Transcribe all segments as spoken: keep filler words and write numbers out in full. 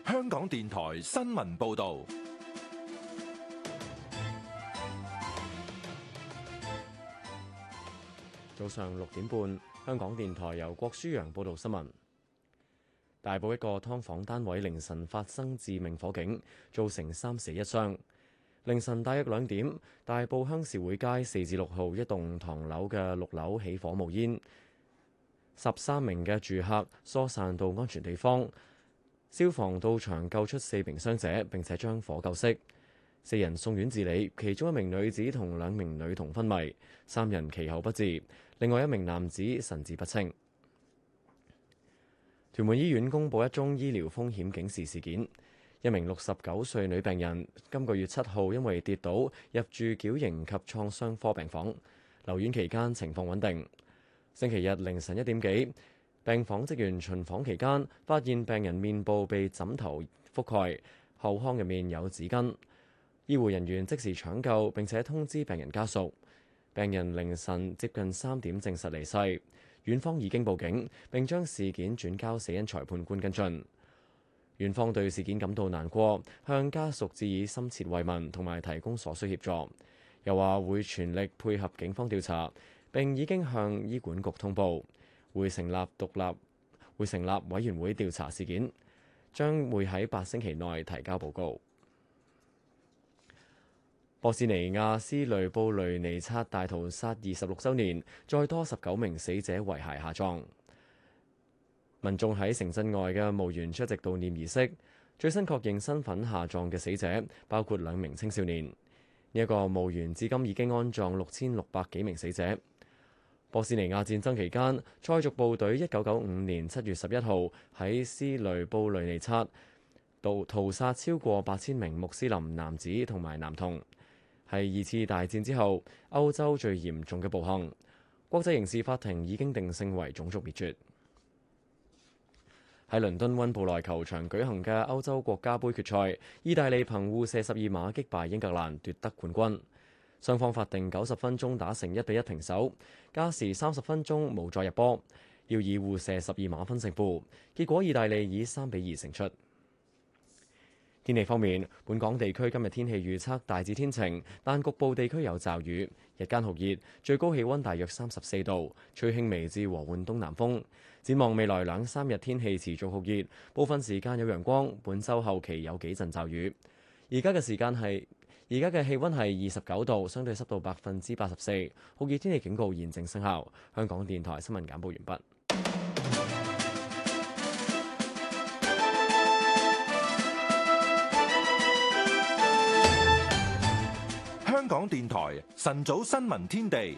香港電台新聞報導。 早上六點半，香港電台由郭舒揚報導新聞。大埔一個劏房單位凌晨發生致命火警，造成三死一傷。凌晨大約兩點，大埔鄉事會街四至六號一棟唐樓嘅六樓起火冒煙，十三名嘅住客疏散到安全地方，消防到場救出四名傷者，並且將火救熄。四人送院治理，其中一名女子同兩名女童昏迷，三人其後不治，另外一名男子神志不清。屯門醫院公布一宗醫療風險警示事件。一名六十九歲女病人今個月七號因為跌倒入住矯形及創傷科病房，留院期間情況穩定。星期日凌晨一點幾，病房職員巡房期間發現病人面部被枕頭覆蓋，後腔入面有紙巾。醫護人員即時搶救並且通知病人家屬。病人凌晨接近三點證實離世，院方已經報警並將事件轉交死因裁判官跟進。院方對事件感到難過，向家屬致以深切慰問同埋提供所需協助，又話會全力配合警方調查，並已經向醫管局通報，會成立獨立會成立委員會調查事件，將會喺八星期內提交報告。波斯尼亞斯雷布雷尼察大屠殺二十六週年，再多十九名死者遺骸下葬。民眾喺城鎮外嘅墓園出席悼念儀式，最新確認身份下葬嘅死者包括兩名青少年。呢、這、一個墓園至今已經安葬六千六百幾名死者。波斯尼亞戰爭期間，塞族部隊一九九五年七月十一號喺斯雷布雷尼察屠屠殺超過八千名穆斯林男子同埋男童，係二次大戰之後歐洲最嚴重嘅暴行。國際刑事法庭已經定性為種族滅絕。喺倫敦溫布萊球場舉行嘅歐洲國家盃決賽，意大利憑互射十二碼擊敗英格蘭奪得冠軍。雙方法定九十分鐘打成一比一平手，加時三十分鐘無再入波，要以互射十二碼分勝負。結果意大利以三比二勝出。天氣方面，本港地區今日天氣預測大致天晴，但局部地區有驟雨。日間酷熱，最高氣溫大約三十四度，吹輕微至和緩東南風。展望未來兩三日天氣持續酷熱，部分時間有陽光。本週後期有幾陣驟雨。而家嘅時間係而家嘅氣溫係二十九度，相對濕度百分之八十四。酷熱天氣警告現正生效。香港電台新聞簡報完畢。 香港電台晨早新聞天地，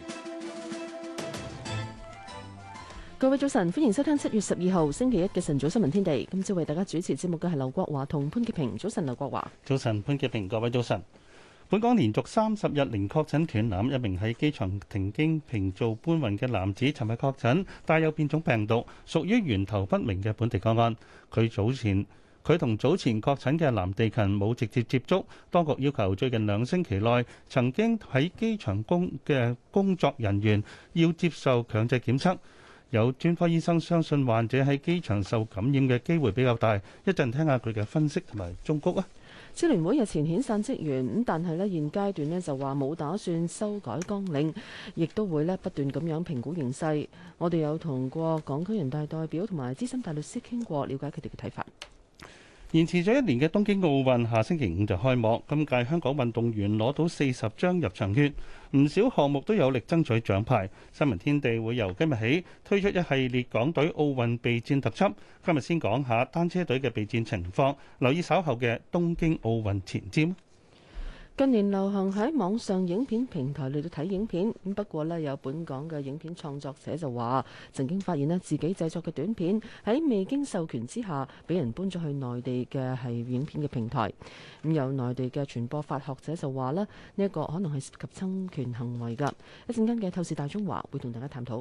各位早晨，歡迎收聽七月十二號星期一嘅晨早新聞天地。今朝為大家主持節目嘅係劉國華同潘潔平。早晨，劉國華。 早晨，潘潔平。各位早晨。本港連續三十日零確診斷纜，一名喺機場停經坪做搬運嘅男子，尋日確診帶有變種病毒，屬於源頭不明嘅本地個案。佢早前佢同早前確診嘅藍地勤冇直接接觸，當局要求最近兩星期內曾經喺機場工嘅工作人員要接受強制檢測。有專科醫生相信患者喺機場受感染嘅機會比較大。一陣聽下佢嘅分析同埋忠告啊！ 支聯會日前遣散職員咁，但係呢現階段呢就話冇打算修改綱領，亦都會呢不斷咁樣評估形勢。我哋有同過港區人大代表同埋資深大律師傾過，了解佢哋嘅睇法。 延遲咗一年嘅東京奧運下星期五就開幕，今屆香港運動員攞到四十張入場券，唔少項目都有力爭取獎牌。新聞天地會由今日起推出一系列港隊奧運備戰特輯，今日先講下單車隊嘅備戰情況，留意稍後嘅東京奧運前瞻。 近年流行喺網上影片平台嚟到睇影片，咁不過呢，有本港嘅影片創作者就話，曾經發現呢自己製作嘅短片喺未經授權之下，俾人搬咗去內地嘅係影片嘅平台。咁有內地嘅傳播法學者就話咧，呢一個可能係涉及侵權行為㗎。一陣間嘅透視大中華會同大家探討。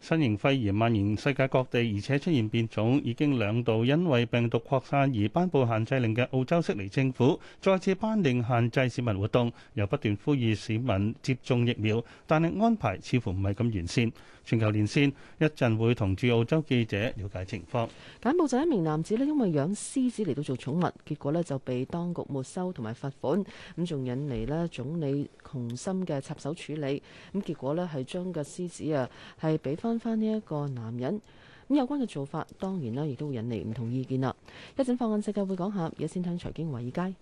新型肺炎蔓延世界各地，而且出現變種，已經兩度因為病毒擴散而頒布限制令嘅澳洲悉尼政府，再次頒令限制市民活動，又不斷呼籲市民接種疫苗，但係安排似乎唔係咁完善。全球連線一陣會同駐澳洲記者了解情況。 柬埔寨一名男子咧，因為養獅子嚟到做寵物，結果咧就被當局沒收同埋罰款，咁仲引嚟咧總理窮心嘅插手處理，咁結果咧係將個獅子啊係俾翻翻呢一個男人。咁有關嘅做法當然啦，亦都會引嚟唔同意見啦。一陣放眼世界會講下，而家先聽財經華爾街。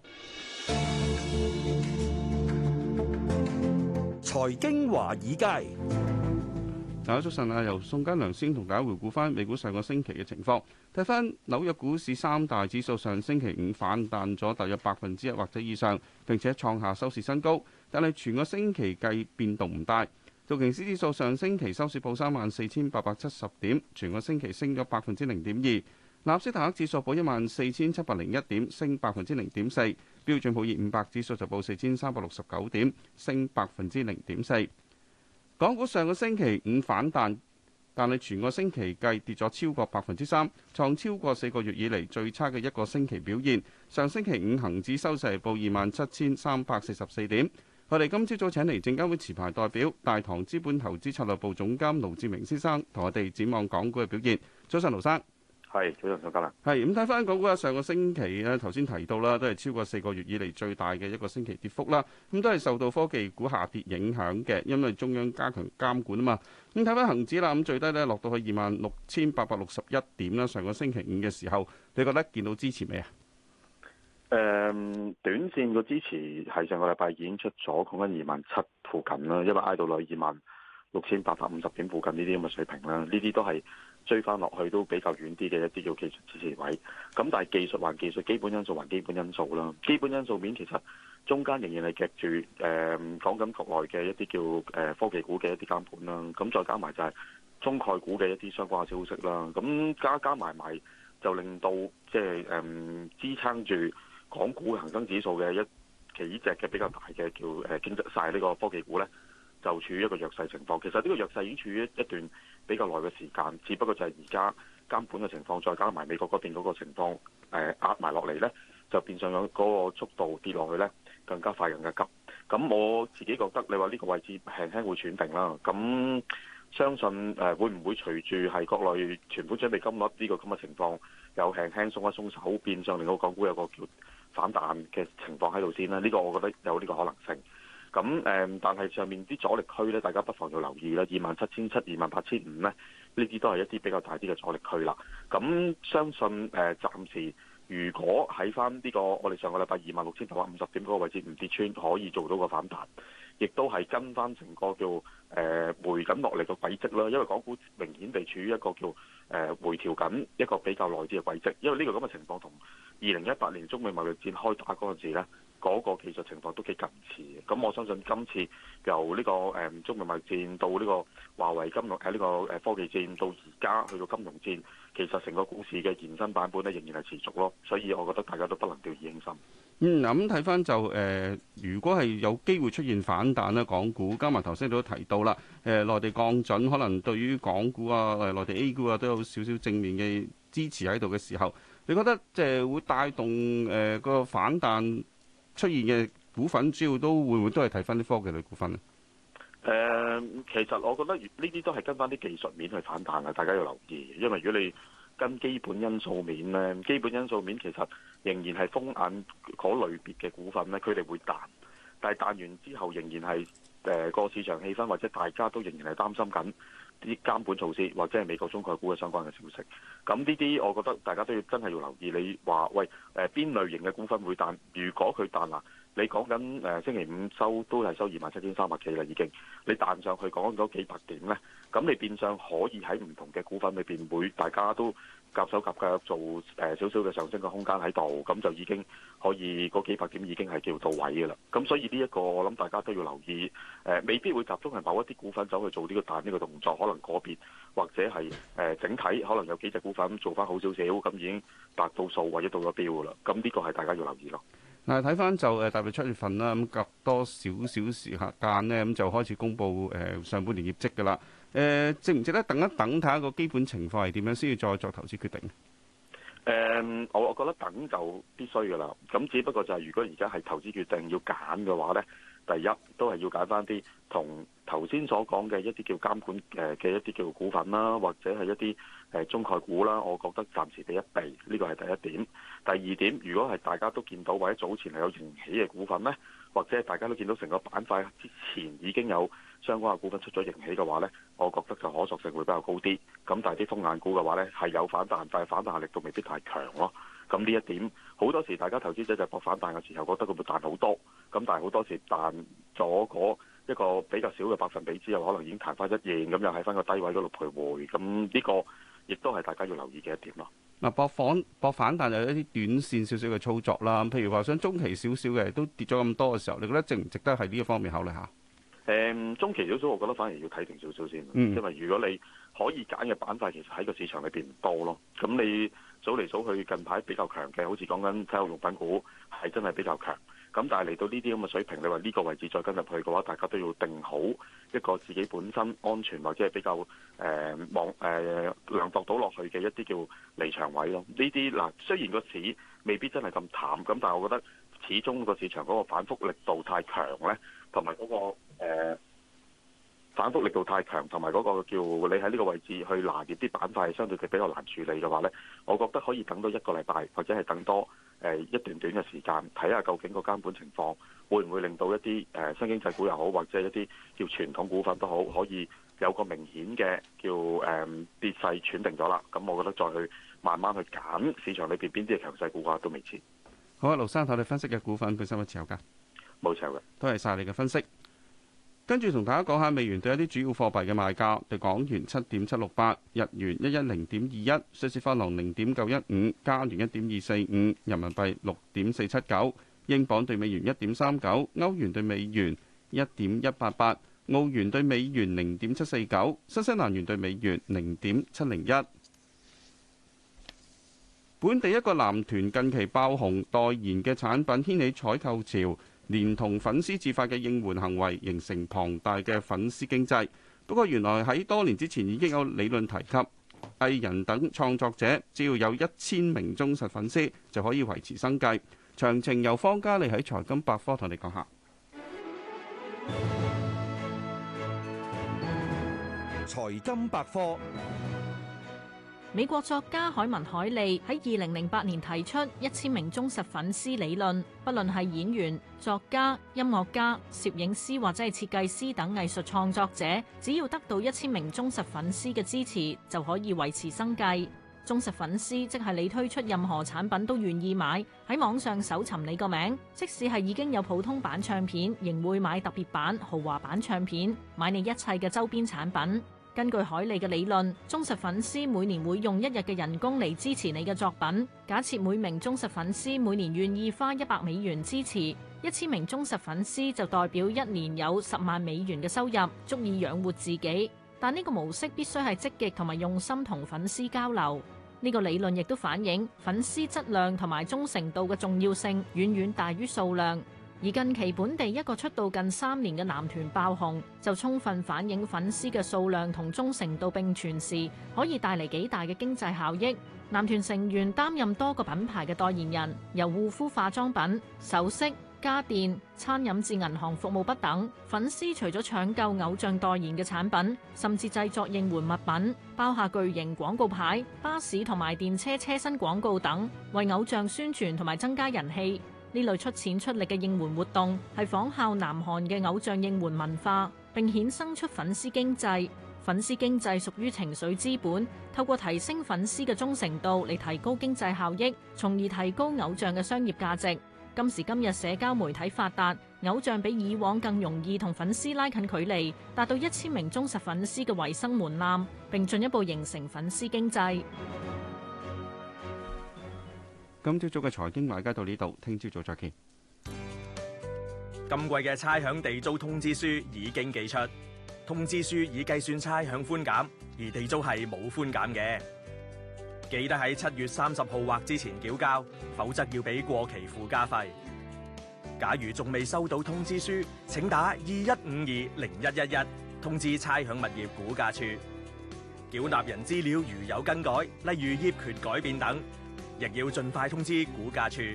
財經華爾街。 大家早晨啊！由宋嘉良先同大家回顧翻美股上個星期嘅情況。睇翻紐約股市三大指數上星期五反彈咗大約百分之一或者以上，並且創下收市新高。但係全個星期計變動唔大。道瓊斯指數上星期收市報三萬四千八百七十點，全個星期升咗百分之零點二。納斯達克指數報一萬四千七百零一點，升百分之零點四。標準普爾五百指數就報四千三百六十九點，升百分之零點四。港股上個星期五反彈，但係全個星期計跌咗超過百分之三，創超過四個月以嚟最差嘅一個星期表現。上星期五恒指收市報二萬七千三百四十四點。我哋今朝早請嚟證監會持牌代表大堂資本投資策略部總監盧志明先生，同我哋展望港股嘅表現。早晨，盧生。 係，早晨，早晨啦。 係咁睇翻港股啊，上個星期咧，頭先提到啦，都係超過四個月以嚟最大嘅一個星期跌幅啦。咁都係受到科技股下跌影響嘅，因為中央加強監管啊嘛。咁睇翻恒指啦，咁最低咧落到去二萬六千八百六十一點啦。上個星期五嘅時候，你覺得見到支持未啊？ 誒、嗯，短線個支持係上個禮拜已經出咗，講緊二萬七附近啦，因為挨到落二萬六千八百五十點附近呢啲咁嘅水平啦，呢啲都係追翻落去都比較遠啲嘅一啲叫技術支持位。咁但係技術還技術，基本因素還基本因素啦。基本因素面其實中間仍然係夾住誒講緊國內嘅一啲叫誒、呃、科技股嘅一啲監管啦。咁再加埋就係中概股嘅一啲相關嘅消息啦。咁加加埋埋就令到即係誒支撐住港股恒生指數嘅一幾隻嘅比較大嘅叫誒經濟晒呢個科技股咧，就處於一個弱勢情況。其實呢個弱勢已經處於一段比較耐嘅時間，只不過就係而家監管嘅情況，再加埋美國嗰邊嗰個情況誒壓埋落嚟咧，就變相咗嗰個速度跌落去咧更加快更加急。咁我自己覺得你話呢個位置輕輕會喘定啦。咁相信誒會唔會隨住係國內存款準備金率呢個咁嘅情況有輕輕鬆一鬆手，變相令到港股有個叫反彈嘅情況喺度先啦？呢個我覺得有呢個可能性。咁誒、嗯，但係上面啲阻力區咧，大家不妨要留意啦。二萬七千七、二萬八千五咧，呢啲都係一啲比較大啲嘅阻力區啦。咁相信誒、呃，暫時如果喺翻呢個我哋上個禮拜二萬六千八百五十點嗰個位置唔跌穿，可以做到個反彈，亦都係跟翻成個叫誒、呃、回緊落嚟嘅軌跡啦。因為港股明顯地處於一個叫誒、呃、回調緊一個比較耐啲嘅軌跡，因為呢個咁嘅情況同二零一八年中美貿易戰開打嗰陣時咧，嗰個技術情況都幾近似嘅。咁我相信今次由呢個誒中美貿易戰到呢個華為金融誒呢個誒科技戰到而家去到金融戰，其實成個股市嘅延伸版本咧仍然係持續咯。所以我覺得大家都不能掉以輕心。 嗯，嗱咁睇翻就誒、呃，如果係有機會出現反彈咧，港股加埋頭先都提到啦，誒、呃、內地降準可能對於港股啊、誒內地 A 股啊都有少少正面嘅支持喺度嘅時候，你覺得即係會帶動誒、呃、個反彈出現嘅股份，主要都會唔會都係睇翻啲科技類股份咧？ 誒、呃，其實我覺得呢啲都係跟翻啲技術面去反彈啊，大家要留意，因為如果你跟基本因素面咧，基本因素面其實仍然係風眼嗰類別嘅股份咧，佢哋會彈，但係彈完之後仍然係誒個市場氣氛或者大家都仍然係擔心緊啲監管措施或者係美國中概股嘅相關嘅消息。咁呢啲我覺得大家都要真係要留意。你話喂誒邊類型嘅股份會彈？如果佢彈啦，你講緊誒星期五收都係收二萬七千三百幾啦，已經你彈上去講咗幾百點咧，咁你變相可以喺唔同嘅股份裏邊會大家都夾手夾腳做誒少少嘅上升嘅空間喺度，咁就已經可以嗰幾百點已經係叫到位嘅啦。咁所以呢一個我諗大家都要留意，誒、呃、未必會集中係某一啲股份走去做呢個彈呢個動作，可能個別或者係誒、呃、整體可能有幾隻股份做翻好少少，咁已經達到數或者到咗標嘅啦。咁呢個係大家要留意咯。 嗱，睇翻就誒踏入七月份啦，咁隔多少少時間呢，咁就開始公布誒上半年業績㗎啦。誒值唔值得等一等睇下個基本情況係點樣，先要再作投資決定？ 誒、um，我我覺得等就必須㗎啦。咁只不過就係如果而家係投資決定要揀嘅話呢，第一都係要揀翻啲同頭先所講嘅一啲叫監管誒嘅一啲叫股份啦，或者係一啲誒中概股啦。我覺得暫時避一避，呢個係第一點。第二點，如果係大家都見到或者早前係有盈喜嘅股份呢，或者係大家都見到成個板塊之前已經有相關嘅股份出咗盈喜嘅話呢，我覺得就可塑性會比較高啲。咁但係啲風眼股嘅話呢，係有反彈，但係反彈力度未必太強咯。咁呢一點好多時大家投資者就搏反彈嘅時候，覺得佢會彈好多。咁但係好多時彈咗嗰一個比較少嘅百分比之後，可能已經彈翻一現，咁又喺翻個低位嗰度徘徊。咁呢個亦都係大家要留意嘅一點咯。 嗱，博反博反彈有一啲短線少少嘅操作啦。譬如話想中期少少嘅都跌咗咁多嘅時候，你覺得值唔值得喺呢一方面考慮下？ 誒、嗯、中期少少，我覺得反而要睇定少少先， 嗯、 因為如果你可以揀嘅板塊，其實喺個市場裏邊唔多咯。咁你數嚟數去，近排比較強嘅，好似講緊體育用品股係真係比較強。咁但係嚟到呢啲咁嘅水平，你話呢個位置再跟入去嘅話，大家都要定好一個自己本身安全或者係比較誒望誒量度到落去嘅一啲叫離場位咯。呢啲嗱，雖然個市未必真係咁淡，咁但係我覺得始終個市場嗰個反覆力度太強咧，同埋嗰個誒、呃、反覆力度太強，同埋嗰個叫你喺呢個位置去拿捏啲板塊，相對佢比較難處理嘅話咧，我覺得可以等多一個禮拜，或者係等多誒一段短嘅時間，睇下究竟個監管情況會唔會令到一啲誒新經濟股又好，或者一啲叫傳統股份都好，可以有個明顯嘅叫誒跌勢喘定咗啦。咁我覺得再去慢慢去揀市場裏邊邊啲嘅強勢股嘅話都未遲。 好啊，盧生，睇你分析嘅股份本身有冇持有㗎？ 冇持有嘅。 多謝晒你嘅分析。跟住同大家講下美元對一啲主要貨幣嘅賣價：對港元七點七六八，日元一一零點二一，瑞士法郎零點九一五，加元一點二四五，人民幣六點四七九，英鎊對美元一點三九，歐元對美元一點一八八，澳元對美元零點七四九，新西蘭元對美元零點七零一。本地一個男團近期爆紅，代言嘅產品掀起採購潮，連同粉絲自發嘅應援行為，形成龐大嘅粉絲經濟。不過原來喺多年之前已經有理論提及，藝人等創作者只要有一千名忠實粉絲就可以維持生計。詳情由方嘉利喺財金百科同你講下。 財金百科。 美國作家海文凱利喺二零零八年提出一千名忠實粉絲理論，不論係演員、作家、音樂家、攝影師或者係設計師等藝術創作者，只要得到一千名忠實粉絲嘅支持，就可以維持生計。忠實粉絲即係你推出任何產品都願意買，喺網上搜尋你個名，即使係已經有普通版唱片，仍會買特別版、豪華版唱片，買你一切嘅周邊產品。根據海利嘅理論，忠實粉絲每年會用一日嘅人工嚟支持你嘅作品。假設每名忠實粉絲每年願意花一百美元支持，一千名忠實粉絲就代表一年有十萬美元嘅收入，足以養活自己。但呢個模式必須係積極同埋用心同粉絲交流。呢個理論亦都反映粉絲質量同埋忠誠度嘅重要性遠遠大於數量。而近期本地一個出道近三年嘅男團爆紅，就充分反映粉絲嘅數量同忠誠度並存時，可以帶嚟幾大嘅經濟效益。男團成員擔任多個品牌嘅代言人，由護膚化妝品、首飾、家電、餐飲至銀行服務不等。粉絲除咗搶購偶像代言嘅產品，甚至製作應援物品，包下巨型廣告牌、巴士同埋電車車身廣告等，為偶像宣傳同埋增加人氣。呢類出錢出力嘅應援活動係仿效南韓嘅偶像應援文化，並衍生出粉絲經濟。粉絲經濟屬於情緒資本，透過提升粉絲嘅忠誠度嚟提高經濟效益，從而提高偶像嘅商業價值。今時今日社交媒體發達，偶像比以往更容易同粉絲拉近距離，達到一千名忠實粉絲嘅維生門檻，並進一步形成粉絲經濟。 今朝早嘅財經買家到呢度，聽朝早再見。 今季嘅差餉地租通知書已經寄出，通知書已計算差餉寬減，而地租係冇寬減嘅。記得喺七月三十號或之前繳交，否則要俾過期附加費。 假如仲未收到通知書，請打二一五二零一一一通知差餉物業估價處。繳納人資料如有更改，例如業權改變等，亦要盡快通知估價處。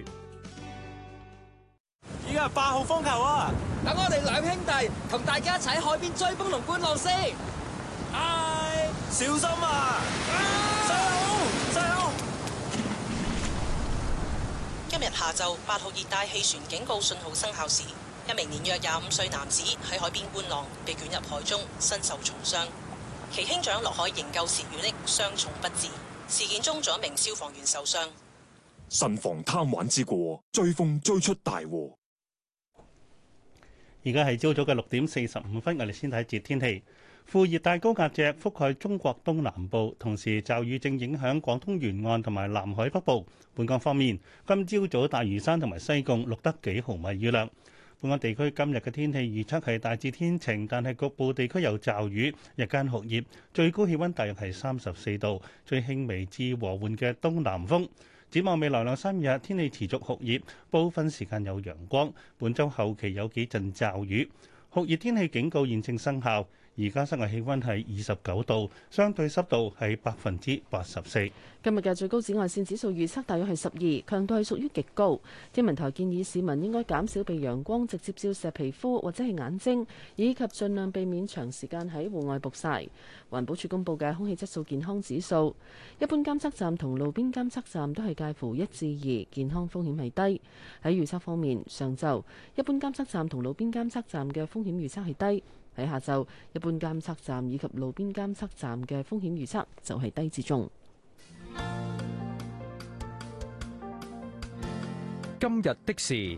依家係八號風球啊！ 等我哋兩兄弟同大家一齊喺海邊追風同觀浪先。 唉，小心啊！細佬，細佬。 今日下晝八號熱帶氣旋警告信號生效時，一名年約廿五歲男子喺海邊觀浪，被捲入海中，身受重傷。其兄長落海營救時遇溺，傷重不治。事件中，仲有一名消防員受傷。 慎防貪玩之過，追風追出大禍。 而家係朝早嘅六點四十五分，我哋先睇一節天氣。副熱帶高壓脊覆蓋中國東南部，同時驟雨正影響廣東沿岸同埋南海北部。本港方面，今朝早大嶼山同埋西貢錄得幾毫米雨量。本港地區今日嘅天氣預測係大致天晴，但係局部地區有驟雨，日間酷熱，最高氣温大約係三十四度，最輕微至和緩嘅東南風。展望未來兩三日，天氣持續酷熱，部分時間有陽光。本週後期有幾陣驟雨，酷熱天氣警告現正生效。而家室外氣温係二十九度，相對濕度係百分之八十四。 今日嘅最高紫外線指數預測大約係十二，強度係屬於極高。天文台建議市民應該減少被陽光直接照射皮膚或者係眼睛，以及盡量避免長時間喺戶外曝曬。環保署公布嘅空氣質素健康指數，一般監測站同路邊監測站都係介乎一至二，健康風險係低。喺預測方面，上晝一般監測站同路邊監測站嘅風險預測係低。喺下晝，一般監測站以及路邊監測站嘅風險預測就係低至中。 今日的事，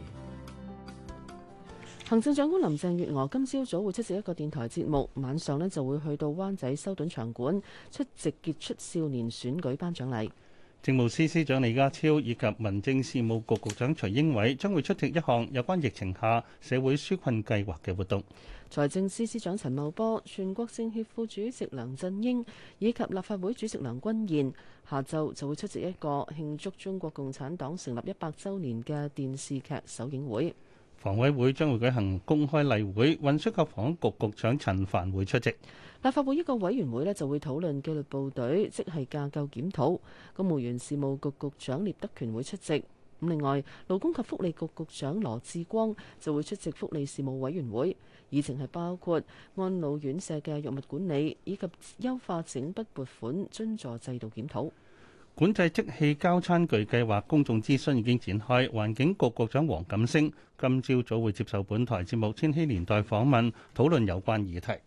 行政長官林鄭月娥今朝早會出席一個電台節目，晚上呢就會去到灣仔修頓場館出席傑出少年選舉頒獎禮。 政務司司長李家超以及民政事務局局長徐英偉將會出席一項有關疫情下社會紓困計劃嘅活動。 財政司司長陳茂波、全國政協副主席梁振英以及立法會主席梁君彥下晝就會出席一個慶祝中國共產黨成立一百週年嘅電視劇首映會。 房委會將會舉行公開例會，運輸及房屋局局長陳帆會出席。 立法會一個委員會呢就會討論紀律部隊即係架構檢討，公務員事務局局長聶德權會出席。咁另外，勞工及福利局局長羅致光就會出席福利事務委員會，議程係包括安老院舍嘅藥物管理以及優化整筆撥款津助制度檢討。 管制即棄膠餐具計劃公眾諮詢已經展開，環境局局長黃錦星今朝早會接受本台節目《千禧年代》訪問，討論有關議題。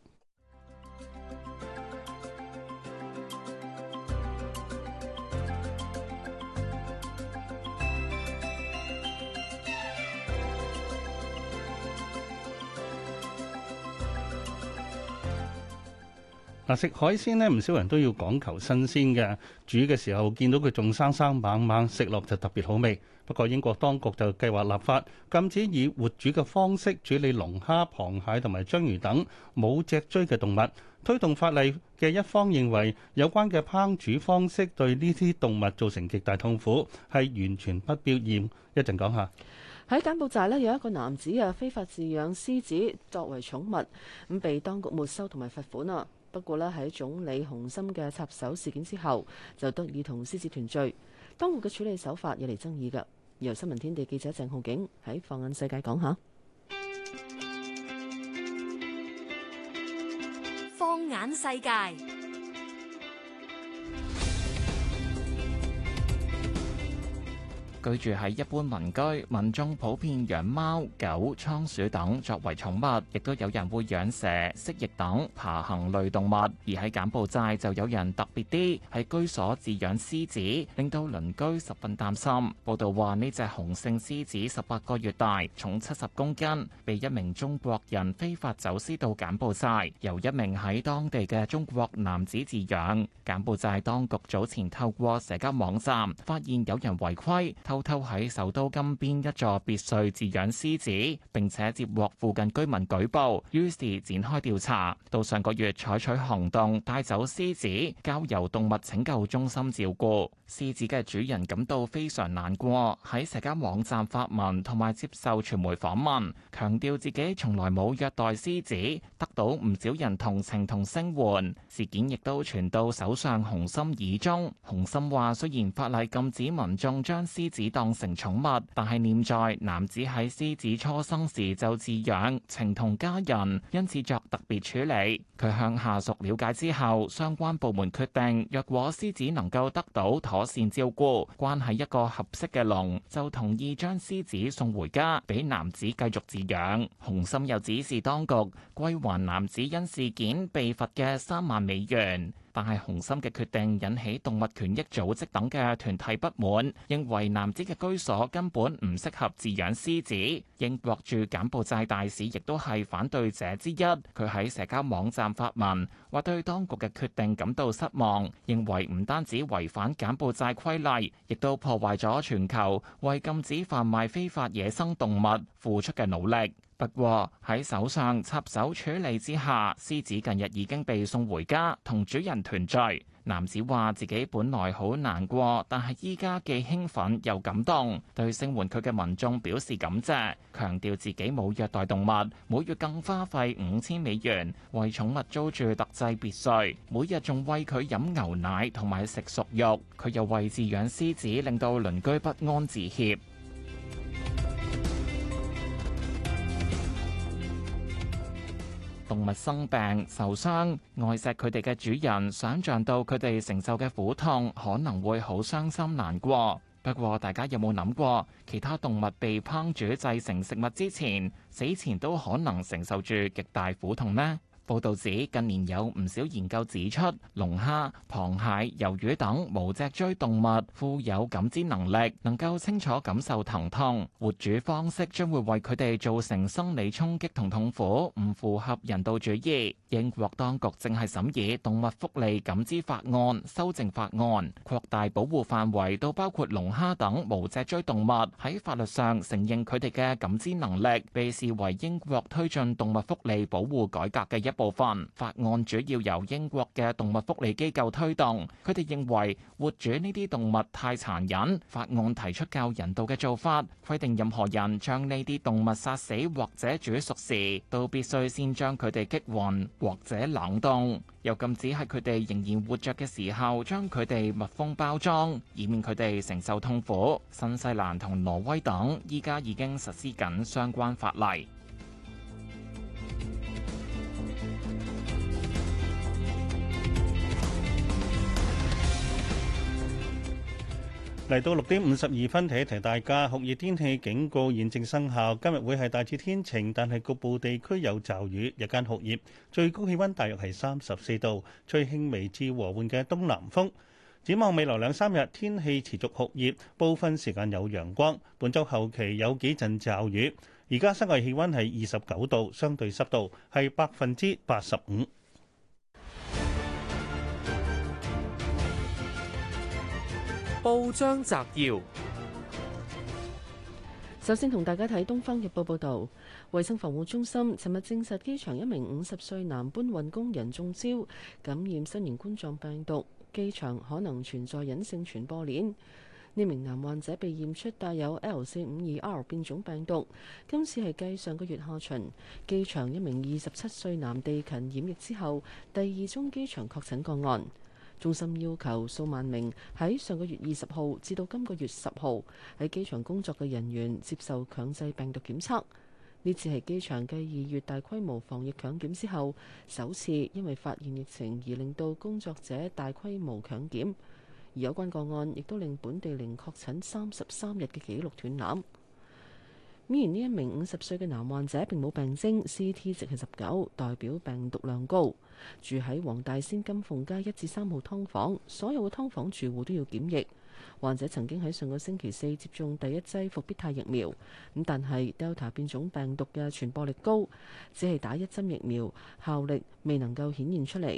嗱，食海鮮呢，唔少人都要講求新鮮嘅，煮嘅時候見到佢仲生生猛猛，食落就特別好味。不過英國當局就計劃立法禁止以活煮嘅方式處理龍蝦、螃蟹同埋章魚等冇脊椎嘅動物。推動法例嘅一方認為，有關嘅烹煮方式對呢啲動物造成極大痛苦，係完全不必要。一陣講下。 喺柬埔寨呢，有一個男子啊非法飼養獅子作為寵物，咁被當局沒收同埋罰款啊。不過呢，喺總理洪森嘅插手事件之後，就得以同獅子團聚。當局嘅處理手法惹嚟爭議㗎。由新聞天地記者鄭浩景喺放眼世界講下。 放眼世界。居住喺一般民居，民眾普遍養貓、狗、倉鼠等作為寵物，亦都有人會養蛇、蜥蜴等爬行類動物。而喺柬埔寨就有人特別啲，喺居所飼養獅子，令到鄰居十分擔心。報道話呢隻雄性獅子十八個月大，重七十公斤，被一名中國人非法走私到柬埔寨，由一名喺當地嘅中國男子飼養。柬埔寨當局早前透過社交網站發現有人違規偷偷喺首都金邊一座別墅飼養獅子，並且接獲附近居民舉報，於是展開調查。到上個月採取行動帶走獅子，交由動物拯救中心照顧。獅子嘅主人感到非常難過，喺社交網站發文同埋接受傳媒訪問，強調自己從來冇虐待獅子，得到唔少人同情同聲援。事件亦都傳到首相洪森耳中。洪森話：雖然法例禁止民眾將獅子當成寵物，但係念在男子喺獅子初生時就飼養，情同家人，因此作特別處理。佢向下屬了解之後，相關部門決定，若果獅子能夠得到妥善照顧，關係一個合適嘅籠，就同意將獅子送回家，俾男子繼續飼養。洪森又指示當局歸還男子因事件被罰嘅三萬美元。但係洪森嘅決定引起動物權益組織等嘅團體不滿，認為男子嘅居所根本唔適合飼養獅子。英國駐柬埔寨大使亦都係反對者之一，佢喺社交網站發文，話對當局嘅決定感到失望，認為唔單止違反柬埔寨規例，亦都破壞咗全球為禁止販賣非法野生動物付出嘅努力。不過喺首相插手處理之下，獅子近日已經被送回家，同主人團聚。男子話自己本來好難過，但係依家既興奮又感動，對聲援佢嘅民眾表示感謝，強調自己冇虐待動物，每月更花費五千美元為寵物租住特製別墅，每日仲餵佢飲牛奶同埋食熟肉。佢又為飼養獅子令到鄰居不安致歉。動物生病受傷，愛錫佢哋嘅主人想像到佢哋承受嘅苦痛，可能會好傷心難過。不過，大家有冇諗過，其他動物被烹煮製成食物之前，死前都可能承受住極大苦痛呢？報導指，近年有唔少研究指出，龍蝦、螃蟹、魷魚等無脊椎動物富有感知能力，能夠清楚感受疼痛。活煮方式將會為佢哋造成生理衝擊同痛苦，唔符合人道主義。英國當局正係審議動物福利感知法案修正法案，擴大保護範圍到包括龍蝦等無脊椎動物，喺法律上承認佢哋嘅感知能力，被視為英國推進動物福利保護改革嘅一部分。法案主要由英國嘅動物福利機構推動，佢哋認為活煮呢啲動物太殘忍。法案提出較人道嘅做法，規定任何人將呢啲動物殺死或者煮熟時，都必須先將佢哋擊暈或者冷凍，又禁止喺佢哋仍然活着嘅時候將佢哋密封包裝，以免佢哋承受痛苦。新西蘭同挪威等依家已經實施緊相關法例。 嚟到六點五十二分，提一提大家，酷熱天氣警告現正生效。今日會係大致天晴，但係局部地區有驟雨，日間酷熱，最高氣溫大約係三十四度，吹輕微至和緩嘅東南風。展望未來兩三日，天氣持續酷熱，部分時間有陽光。本週後期有幾陣驟雨。而家室外氣溫係二十九度，相對濕度係百分之八十五。 報章摘要： 首先同大家睇《東方日報》報導，衛生防護中心尋日證實機場一名五十歲男搬運工人中招，感染新型冠狀病毒，機場可能存在隱性傳播鏈。呢名男患者被驗出帶有 L 四五二 R 變種病毒，今次係繼上個月下旬機場一名二十七歲男地勤染疫之後，第二宗機場確診個案。中心要求數萬名喺上個月二十號至到今個月十號喺機場工作嘅人員接受強制病毒檢測。呢次係機場繼二月大規模防疫強檢之後，首次因為發現疫情而令到工作者大規模強檢。而有關個案亦都令本地零確診三十三日嘅紀錄斷纜。雖然呢一名五十歲嘅男患者並冇病徵 ，C T 值係十九，代表病毒量高。住喺黃大仙金鳳街一至三號劏房，所有嘅劏房住戶都要檢疫。患者曾經喺上個星期四接種第一劑復必泰疫苗，咁但係 Delta 變種病毒嘅傳播力高，只係打一針疫苗效力未能夠顯現出嚟。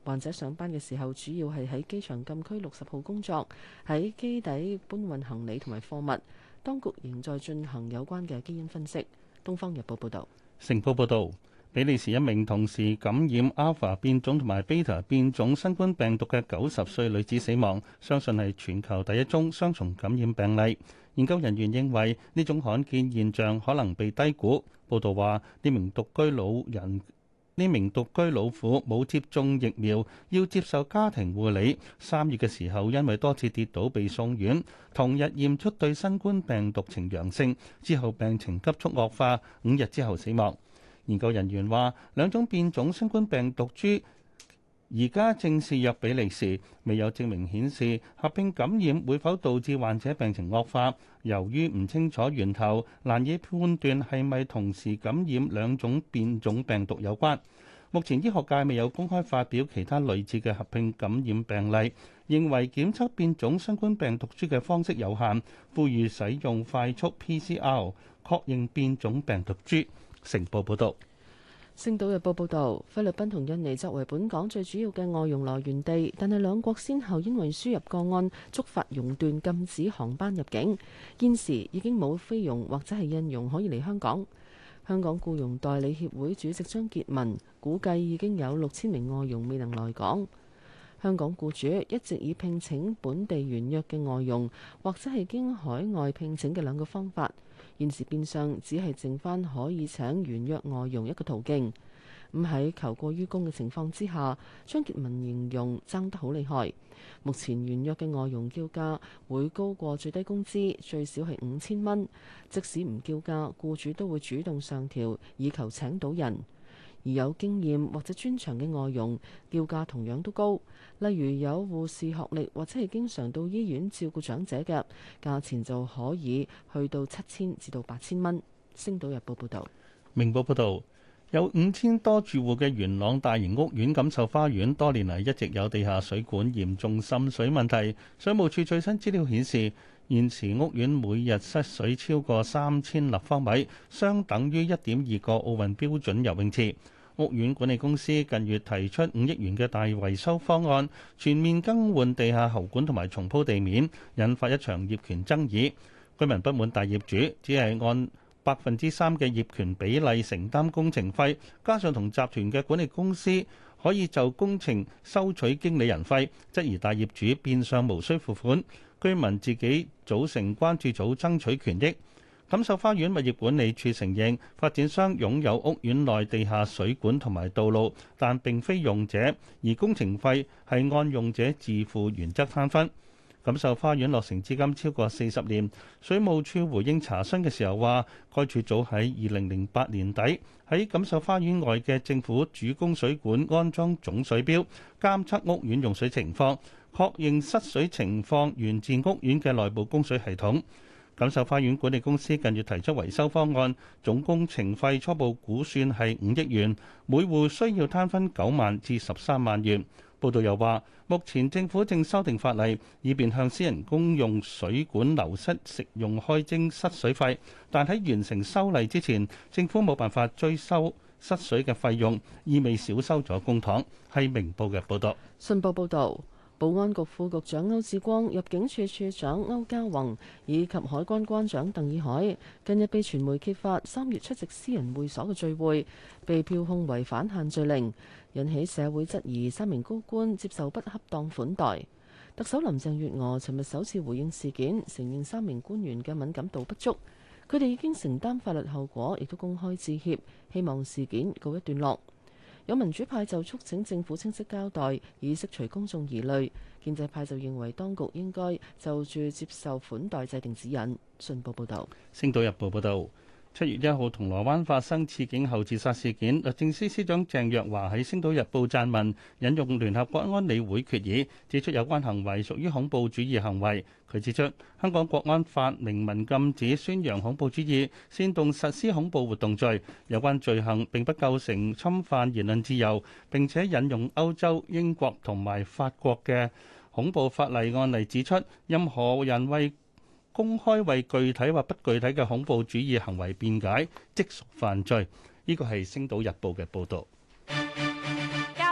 患者上班嘅時候主要係喺機場禁區六十號工作，喺機底搬運行李同埋貨物。當局仍在進行有關嘅基因分析。《東方日報》報導。 成報報導，比利時一名同時感染 Alpha 變種同埋 Beta 變種新冠病毒嘅九十歲女子死亡，相信係全球第一宗雙重感染病例。研究人員認為呢種罕見現象可能被低估。報導話，呢名獨居老人呢名獨居老婦冇接種疫苗，要接受家庭護理。三月嘅時候，因為多次跌倒被送院，同日驗出對新冠病毒呈陽性，之後病情急速惡化，五日之後死亡。研究人員話，兩種變種新冠病毒株而家正肆虐比利時，未有證明顯示合併感染會否導致患者病情惡化。由於唔清楚源頭，難以判斷係咪同時感染兩種變種病毒有關。目前醫學界未有公開發表其他類似嘅合併感染病例，認為檢測變種新冠病毒株嘅方式有限，呼籲使用快速 P C R 確認變種病毒株。成報報導。 《星島日報》報導，菲律賓同印尼作為本港最主要嘅外傭來源地，但係兩國先後因為輸入個案觸發熔斷，禁止航班入境。現時已經冇菲傭或者係印傭可以嚟香港。香港僱傭代理協會主席張傑文估計已經有六千名外傭未能來港。香港僱主一直以聘請本地原約嘅外傭，或者係經海外聘請嘅兩個方法。現時變相只係剩返可以請原約外傭一個途徑。咁喺求過於供嘅情況之下，張傑文形容爭得好厲害。目前原約嘅外傭叫價會高過最低工資，最少係五千蚊。即使唔叫價，僱主都會主動上調，以求請到人。而有經驗或者專長嘅外傭叫價同樣都高，例如有護士學歷或者係經常到醫院照顧長者嘅，價錢就可以去到七千至到八千蚊。星島日報報導。 明報報導，有五千多住戶嘅元朗大型屋苑錦繡花園，多年嚟一直有地下水管嚴重滲水問題。水務署最新資料顯示，現時屋苑每日失水超過三千立方米，相等於一點二個奧運標準游泳池。屋苑管理公司近月提出五億元嘅大維修方案，全面更換地下喉管同埋重鋪地面，引發一場業權爭議。居民不滿大業主只係按百分之三嘅業權比例承擔工程費，加上同集團嘅管理公司可以就工程收取經理人費，質疑大業主變相無需付款。居民自己組成關注組爭取權益。錦繡花園物業管理處承認發展商擁有屋苑內地下水管同埋道路，但並非用者，而工程費係按用者自付原則攤分。錦繡花園落成至今超過四十年，水務處回應查詢嘅時候話，該處早喺二零零八年底喺錦繡花園外嘅政府主供水管安裝總水錶，監測屋苑用水情況，確認失水情況源自屋苑嘅內部供水系統。錦繡花園管理公司近月提出維修方案，總工程費初步估算係五億元，每戶需要攤分九萬至十三萬元。報道又話，目前政府正修訂法例，以便向私人公用水管流失食用開徵失水費，但喺完成修例之前，政府冇辦法追收失水嘅費用，意味少收咗公帑。係明報嘅報道。 信報報導。保安局副局長歐志光、入境處處長歐家宏以及海關關長鄧以海近日被傳媒揭發三月出席私人會所嘅聚會，被票控違反限聚令，引起社會質疑三名高官接受不恰當款待。特首林鄭月娥尋日首次回應事件，承認三名官員嘅敏感度不足，佢哋已經承擔法律後果，亦都公開致歉，希望事件告一段落。有民主派就促請政府清晰交代，以釋除公眾疑慮。建制派就認為當局應該就住接受款待制定指引。信報報導。 星島日報報導，七月一號銅鑼灣發生刺警後自殺事件，律政司司長鄭若驊喺《星島日報》撰文，引用聯合國安理會決議，指出有關行為屬於恐怖主義行為。佢指出，香港國安法明文禁止宣揚恐怖主義、煽動實施恐怖活動罪，有關罪行並不構成侵犯言論自由。並且引用歐洲、英國同埋法國嘅恐怖法例案例，指出任何人為公開為具體或不具體嘅恐怖主義行為辯解，即屬犯罪。呢個係《星島日報》嘅報導。 交通消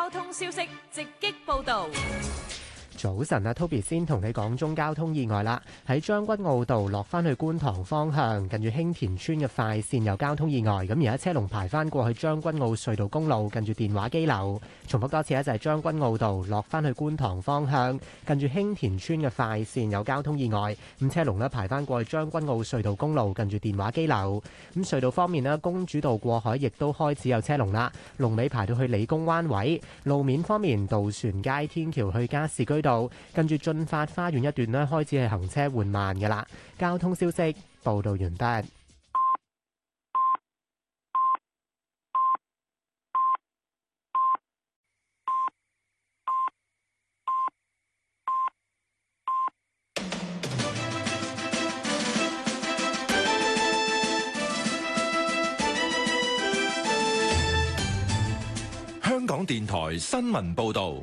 消息直擊報導。 早晨啊 ，Toby 先同你講中交通意外啦。喺將軍澳道落翻去觀塘方向，近住興田村嘅快線有交通意外，咁而家車龍排翻過去將軍澳隧道公路，近住電話機樓。重複多次咧，就係將軍澳道落翻去觀塘方向，近住興田村嘅快線有交通意外，咁車龍咧排翻過去將軍澳隧道公路，近住電話機樓。咁隧道方面咧，公主道過海亦都開始有車龍啦，龍尾排到去理工灣位。路面方面，渡船街天橋去加士居道，跟住進發花園一段咧，開始係行車緩慢嘅啦。交通消息報導完畢。 香港電台新聞報導。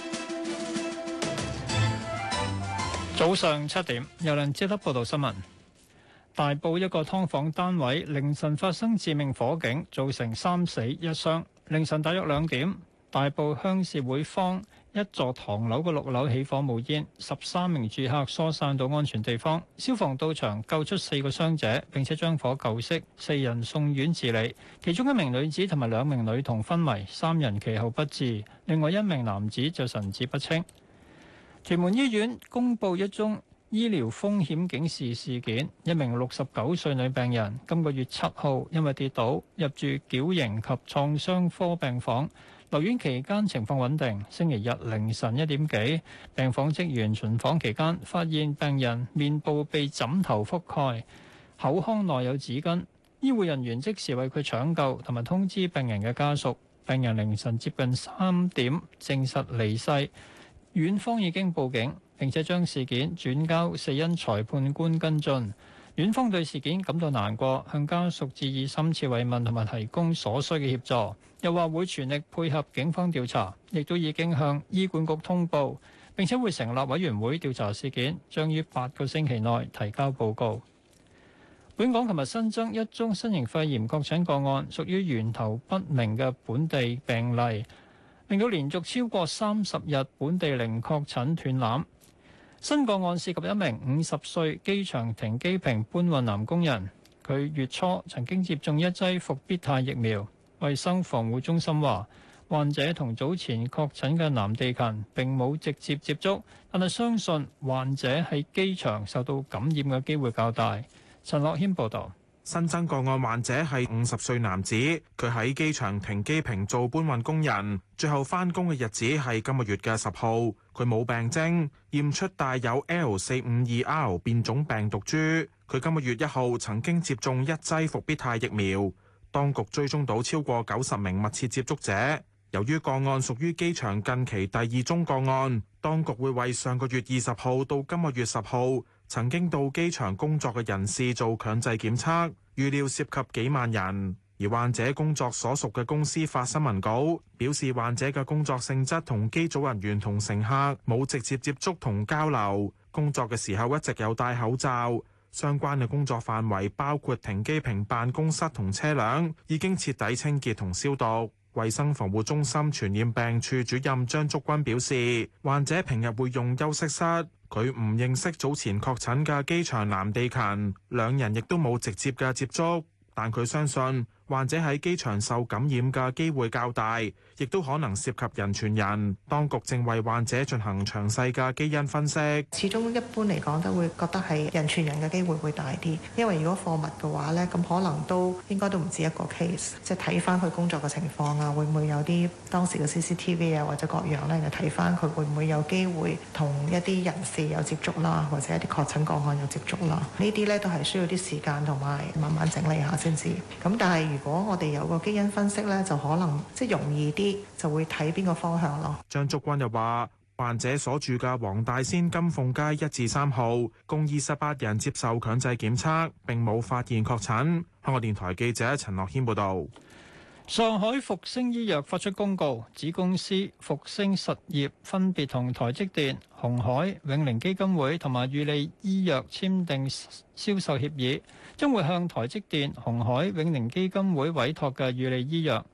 早上七點，由梁志德報道新聞。大埔一個劏房單位凌晨發生致命火警，造成三死一傷。凌晨大約兩點，大埔鄉事會坊一座唐樓嘅六樓起火冒煙，十三名住客疏散到安全地方。消防到場救出四個傷者，並且將火救熄，四人送院治理。其中一名女子同埋兩名女童昏迷，三人其後不治，另外一名男子就神志不清。屯門醫院公布一宗醫療風險警示事件，一名六十九歲女病人今個月七號因為跌倒入住矯形及創傷科病房，留院期間情況穩定。星期日凌晨一點幾，病房職員巡房期間發現病人面部被枕頭覆蓋，口腔內有紙巾，醫護人員即時為佢搶救同埋通知病人嘅家屬。病人凌晨接近三點證實離世。院方已經報警，並且將事件轉交死因裁判官跟進。院方對事件感到難過，向家屬致以深切慰問同埋提供所需嘅協助。又話會全力配合警方調查，亦都已經向醫管局通報，並且會成立委員會調查事件，將於八個星期內提交報告。本港琴日新增一宗新型肺炎確診個案，屬於源頭不明嘅本地病例，令到連續超過三十日本地零確診斷纜。新個案涉及一名五十歲機場停機坪搬運男工人，佢月初曾經接種一劑復必泰疫苗。衛生防護中心話，患者同早前確診嘅男地勤並冇直接接觸，但係相信患者喺機場受到感染嘅機會較大。陳樂軒報導。 新增個案患者係五十歲男子，佢喺機場停機坪做搬運工人，最後返工嘅日子係今個月嘅十號。佢冇病徵，驗出帶有 L 四五二 R 變種病毒株。佢今個月一號曾經接種一劑復必泰疫苗。當局追蹤到超過九十名密切接觸者。由於個案屬於機場近期第二宗個案，當局會為上個月二十號到今個月十號曾經到機場工作嘅人士做強制檢測，預料涉及幾萬人。而患者工作所屬嘅公司發新聞稿，表示患者嘅工作性質同機組人員同乘客冇直接接觸同交流，工作嘅時候一直有戴口罩。相關嘅工作範圍包括停機坪辦公室同車輛，已經徹底清潔同消毒。衛生防護中心傳染病處主任張竹君表示，患者平日會用休息室，佢唔認識早前確診嘅機場男地勤，兩人亦都冇直接嘅接觸，但佢相信患者喺機場受感染嘅機會較大，亦都可能涉及人傳人。當局正為患者進行詳細嘅基因分析。 始終一般嚟講都會覺得係人傳人嘅機會會大啲，因為如果貨物嘅話呢，咁可能都應該都唔止一個 case，即係睇翻佢工作嘅情況啊，會唔會有啲當時嘅 C C T V 啊或者各樣呢，就睇翻佢會唔會有機會同一啲人士有接觸啦，或者一啲確診個案有接觸啦。呢啲呢都係需要啲時間同埋慢慢整理下先至。咁但係如果我哋有個基因分析呢，就可能即係容易啲，就會睇邊個方向咯。 張竹君又話，患者所住嘅黃大仙金鳳街一至三號，共二十八人接受強制檢測，並冇發現確診。香港電台記者陳樂軒報導。 上海復星醫藥發出公告，子公司復星實業分別同台積電、鴻海、永齡基金會同埋裕利醫藥簽訂銷售協議，將會向台積電、鴻海、永齡基金會委託嘅裕利醫藥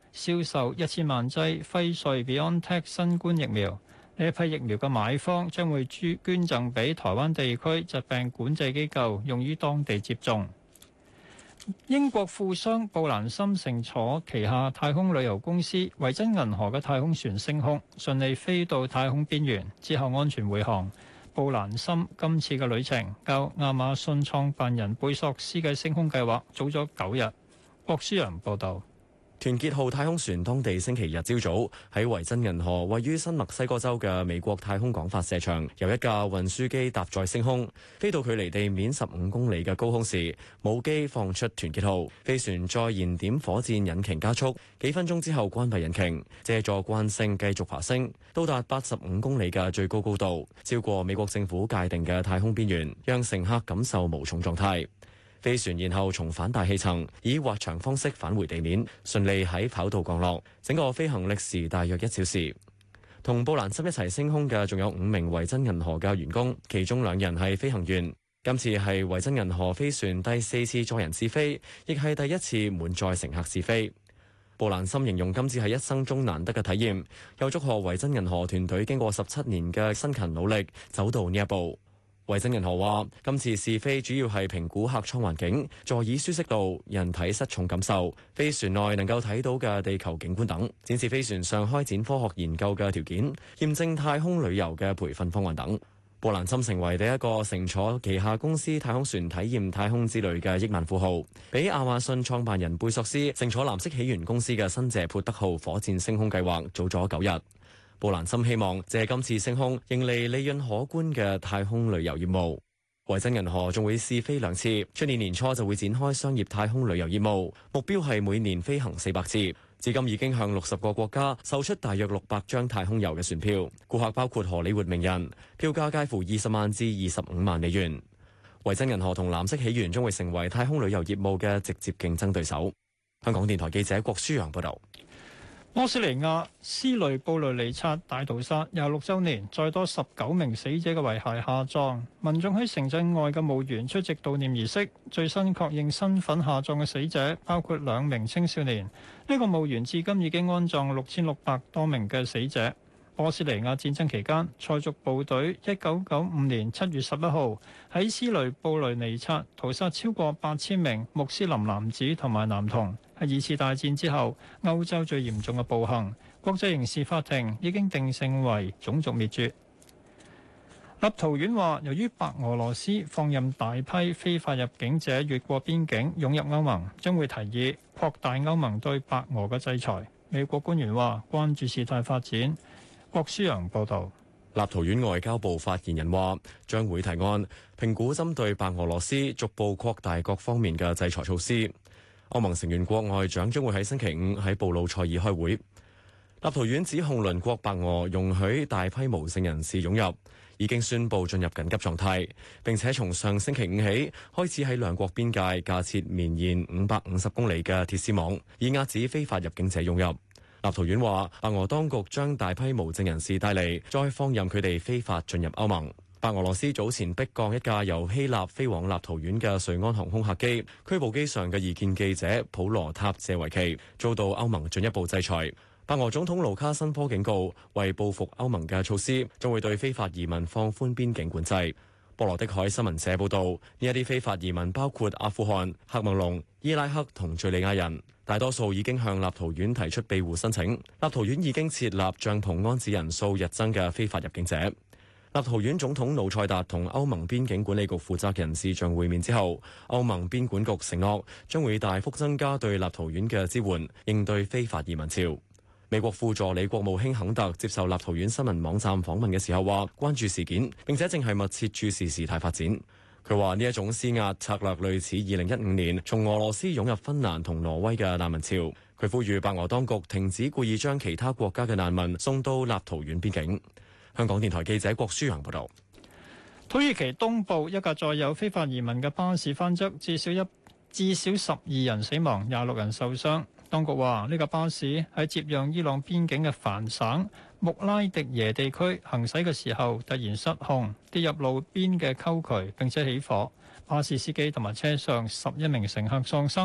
銷售一千萬劑輝瑞 BioNTech 新冠疫苗。呢一批疫苗嘅買方將會捐捐贈俾台灣地區疾病管制機構，用於當地接種。英國富商布蘭森乘坐旗下太空旅遊公司維珍銀河嘅太空船升空，順利飛到太空邊緣，之後安全回航。布蘭森今次嘅旅程較亞馬遜創辦人貝索斯嘅升空計劃早咗九日。郭書陽報導。 團結號太空船當地星期日朝早喺維珍銀河位於新墨西哥州嘅美國太空港發射場，由一架運輸機搭載升空，飛到距離地面十五公里嘅高空時，母機放出團結號，飛船再燃點火箭引擎加速，幾分鐘之後關閉引擎，借助慣性繼續爬升，到達八十五公里嘅最高高度，超過美國政府界定嘅太空邊緣，讓乘客感受無重狀態。飛船然後重返大氣層，以滑翔方式返回地面，順利喺跑道降落。整個飛行歷時大約一小時。同布蘭森一齊升空嘅仲有五名維珍銀河嘅員工，其中兩人係飛行員。今次係維珍銀河飛船第四次載人試飛，亦係第一次滿載乘客試飛。布蘭森形容今次係一生中難得嘅體驗，又祝賀維珍銀河團隊經過十七年嘅辛勤努力，走到呢一步。維珍銀河話：今次試飛主要係評估客艙環境、座椅舒適度、人體失重感受、飛船內能夠睇到嘅地球景觀等，展示飛船上開展科學研究嘅條件，驗證太空旅遊嘅培訓方案等。布蘭森成為第一個乘坐旗下公司太空船體驗太空之旅嘅億萬富豪，比亞馬遜創辦人貝索斯乘坐藍色起源公司嘅新謝潑德號火箭升空計劃早咗九日。布蘭森希望借今次升空迎嚟利潤可觀嘅太空旅遊業務。維珍銀河仲會試飛兩次，出年年初就會展開商業太空旅遊業務，目標係每年飛行四百次。至今已經向六十個國家售出大約六百張太空遊嘅船票，顧客包括荷里活名人，票價介乎二十萬至二十五萬美元。維珍銀河同藍色起源將會成為太空旅遊業務嘅直接競爭對手。香港電台記者郭舒陽報導。 波斯尼亞斯雷布雷尼察大屠殺廿六週年，再多十九名死者嘅遺骸下葬，民眾喺城鎮外嘅墓園出席悼念儀式。最新確認身份下葬嘅死者包括兩名青少年。呢個墓園至今已經安葬六千六百多名嘅死者。波斯尼亞戰爭期間，塞族部隊一九九五年七月十一號喺斯雷布雷尼察屠殺超過八千名穆斯林男子同埋男童，係二次大戰之後歐洲最嚴重嘅暴行。國際刑事法庭已經定性為種族滅絕。立陶宛話，由於白俄羅斯放任大批非法入境者越過邊境湧入歐盟，將會提議擴大歐盟對白俄嘅制裁。美國官員話關注事態發展。郭舒陽報導。 立陶宛外交部發言人話，將會提案評估針對白俄羅斯逐步擴大各方面嘅制裁措施。歐盟成員國外長將會喺星期五喺布魯塞爾開會。立陶宛指控鄰國白俄容許大批無證人士湧入，已經宣布進入緊急狀態，並且從上星期五起開始喺兩國邊界架設綿延五百五十公里嘅鐵絲網，以壓止非法入境者湧入。立陶宛話，白俄當局將大批無證人士帶嚟，再放任佢哋非法進入歐盟。白俄羅斯早前逼降一架由希臘飛往立陶宛嘅瑞安航空客機，拘捕機上嘅異見記者普羅塔謝維奇，遭到歐盟進一步制裁。白俄總統盧卡申科警告，為報復歐盟嘅措施，將會對非法移民放寬邊境管制。波羅的海新聞社報道，呢一啲非法移民包括阿富汗、喀麥隆、伊拉克同敘利亞人，大多數已經向立陶宛提出庇護申請。立陶宛已經設立帳篷安置人數日增嘅非法入境者。立陶宛總統魯塞達同歐盟邊境管理局負責人視像會面之後，歐盟邊管局承諾將會大幅增加對立陶宛嘅支援，應對非法移民潮。美國副助理國務卿肯特接受立陶宛新聞網站訪問嘅時候話，關注事件，並且正係密切注視事態發展。佢話呢一種施壓策略類似二零一五年從俄羅斯湧入芬蘭同挪威嘅難民潮。佢呼籲白俄當局停止故意將其他國家嘅難民送到立陶宛邊境。香港電台記者郭舒陽報道。 土耳其東部一架載有非法移民嘅巴士翻側，至少一至少十二人死亡，廿六人受傷。當局話呢架巴士喺接壤伊朗邊境嘅凡省穆拉迪耶地區行駛嘅時候突然失控，跌入路邊嘅溝渠並且起火。巴士司機同埋車上十一名乘客喪生，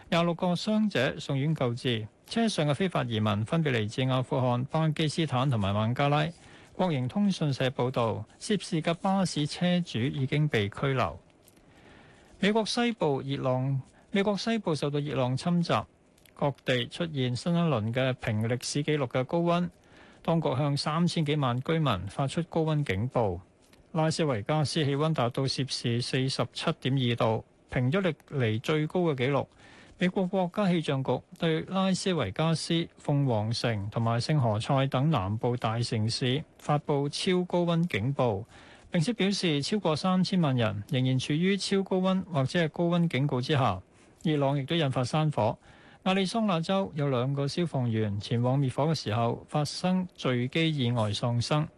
廿六個傷者送院救治。車上嘅非法移民分別嚟自阿富汗、巴基斯坦同埋孟加拉。國營通訊社報導，涉事嘅巴士車主已經被拘留。美國西部熱浪，美國西部受到熱浪侵襲，各地出現新一輪嘅平歷史紀錄嘅高溫。當局向三千幾萬居民發出高溫警報。拉斯維加斯氣溫達到攝氏四十七點二度，平咗歷嚟最高嘅紀錄。美國國家氣象局對拉斯維加斯、鳳凰城同埋聖何塞等南部大城市發布超高溫警報，並且表示超過三千萬人仍然處於超高溫或者係高溫警告之下。熱浪亦都引發山火。亞利桑那州有兩個消防員前往滅火嘅時候發生墜機意外喪生。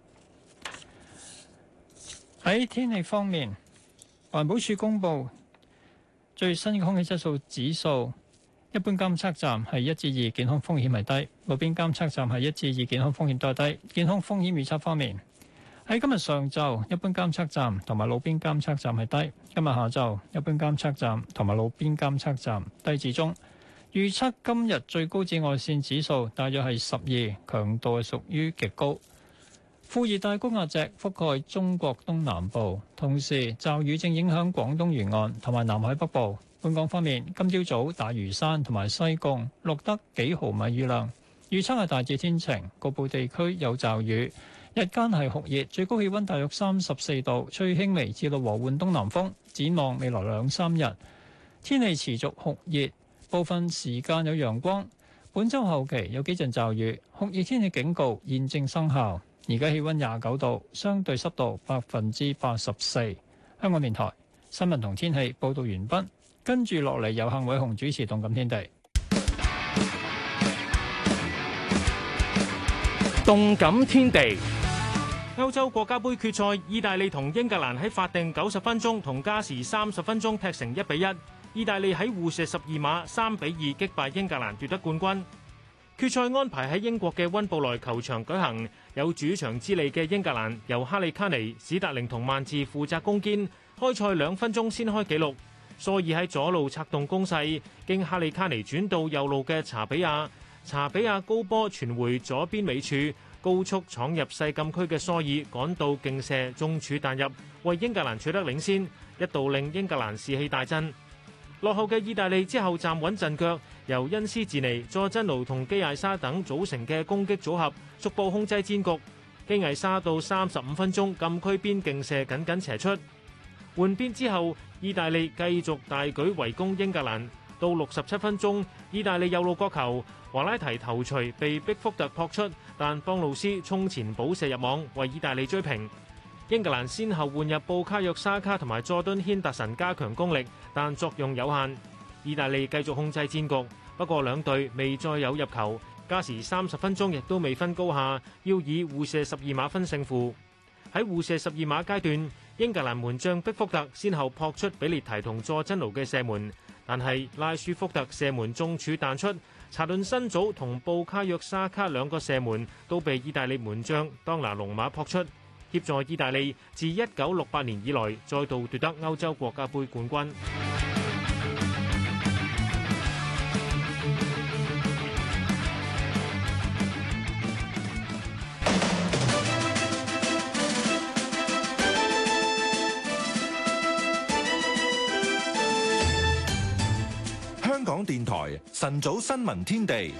喺天氣方面，環保署公布最新嘅空氣質素指數，一般監測站係一至二，健康風險係低；路邊監測站係一至二，健康風險都係低。健康風險預測方面，喺今日上晝，一般監測站同埋路邊監測站係低；今日下晝，一般監測站同埋路邊監測站低至中。預測今日最高紫外線指數大約係十二，強度係屬於極高。副熱帶高壓脊覆蓋中國東南部，同時驟雨正影響廣東沿岸同埋南海北部。本港方面，今朝早大嶼山同埋西貢錄得幾毫米雨量，預測係大致天晴，局部地區有驟雨。日間係酷熱，最高氣温大約三十四度，吹輕微至到和緩東南風。展望未來兩三日，天氣持續酷熱，部分時間有陽光。本週後期有幾陣驟雨，酷熱天氣警告現正生效。而家氣温廿九度，相對濕度百分之八十四。香港電台新聞同天氣報導完畢，跟住落嚟由幸偉雄主持《動感天地》。 動感天地，歐洲國家盃決賽，意大利同英格蘭喺法定九十分鐘同加時三十分鐘踢成一比一。意大利喺互射十二碼三比二擊敗英格蘭奪得冠軍。決賽安排喺英國嘅溫布萊球場舉行，有主場之利嘅英格蘭由哈利卡尼、史達靈同曼治負責攻堅，開賽兩分鐘先開紀錄。蘇爾喺左路策動攻勢，經哈利卡尼轉到右路嘅查比亞，查比亞高波傳回左邊尾柱，高速闖入細禁區嘅蘇爾趕到勁射中柱彈入，為英格蘭取得領先，一度令英格蘭士氣大振。落後嘅意大利之後站穩陣腳，由恩斯治尼、佐真奴同基艾沙等組成嘅攻擊組合逐步控制戰局。基艾沙到三十五分鐘禁區邊勁射緊緊斜出，換邊之後，意大利繼續大舉圍攻英格蘭。到六十七分鐘，意大利右路角球，華拉提頭槌被碧福特撲出，但邦路斯衝前補射入網，為意大利追平。英格蘭先後換入布卡約沙卡同埋佐敦軒達臣加強攻力，但作用有限。意大利繼續控制戰局，不過兩隊未再有入球，加時三十分鐘亦都未分高下，要以互射十二碼分勝負。喺互射十二碼階段，英格蘭門將碧福特先後撲出比列提同佐真奴嘅射門，但係拉舒福特射門中柱彈出，查頓辛祖同布卡約沙卡兩個射門都被意大利門將當拿龍馬撲出，協助意大利自一九六八年以來再度奪得歐洲國家盃冠軍。 香港電台晨早新聞天地。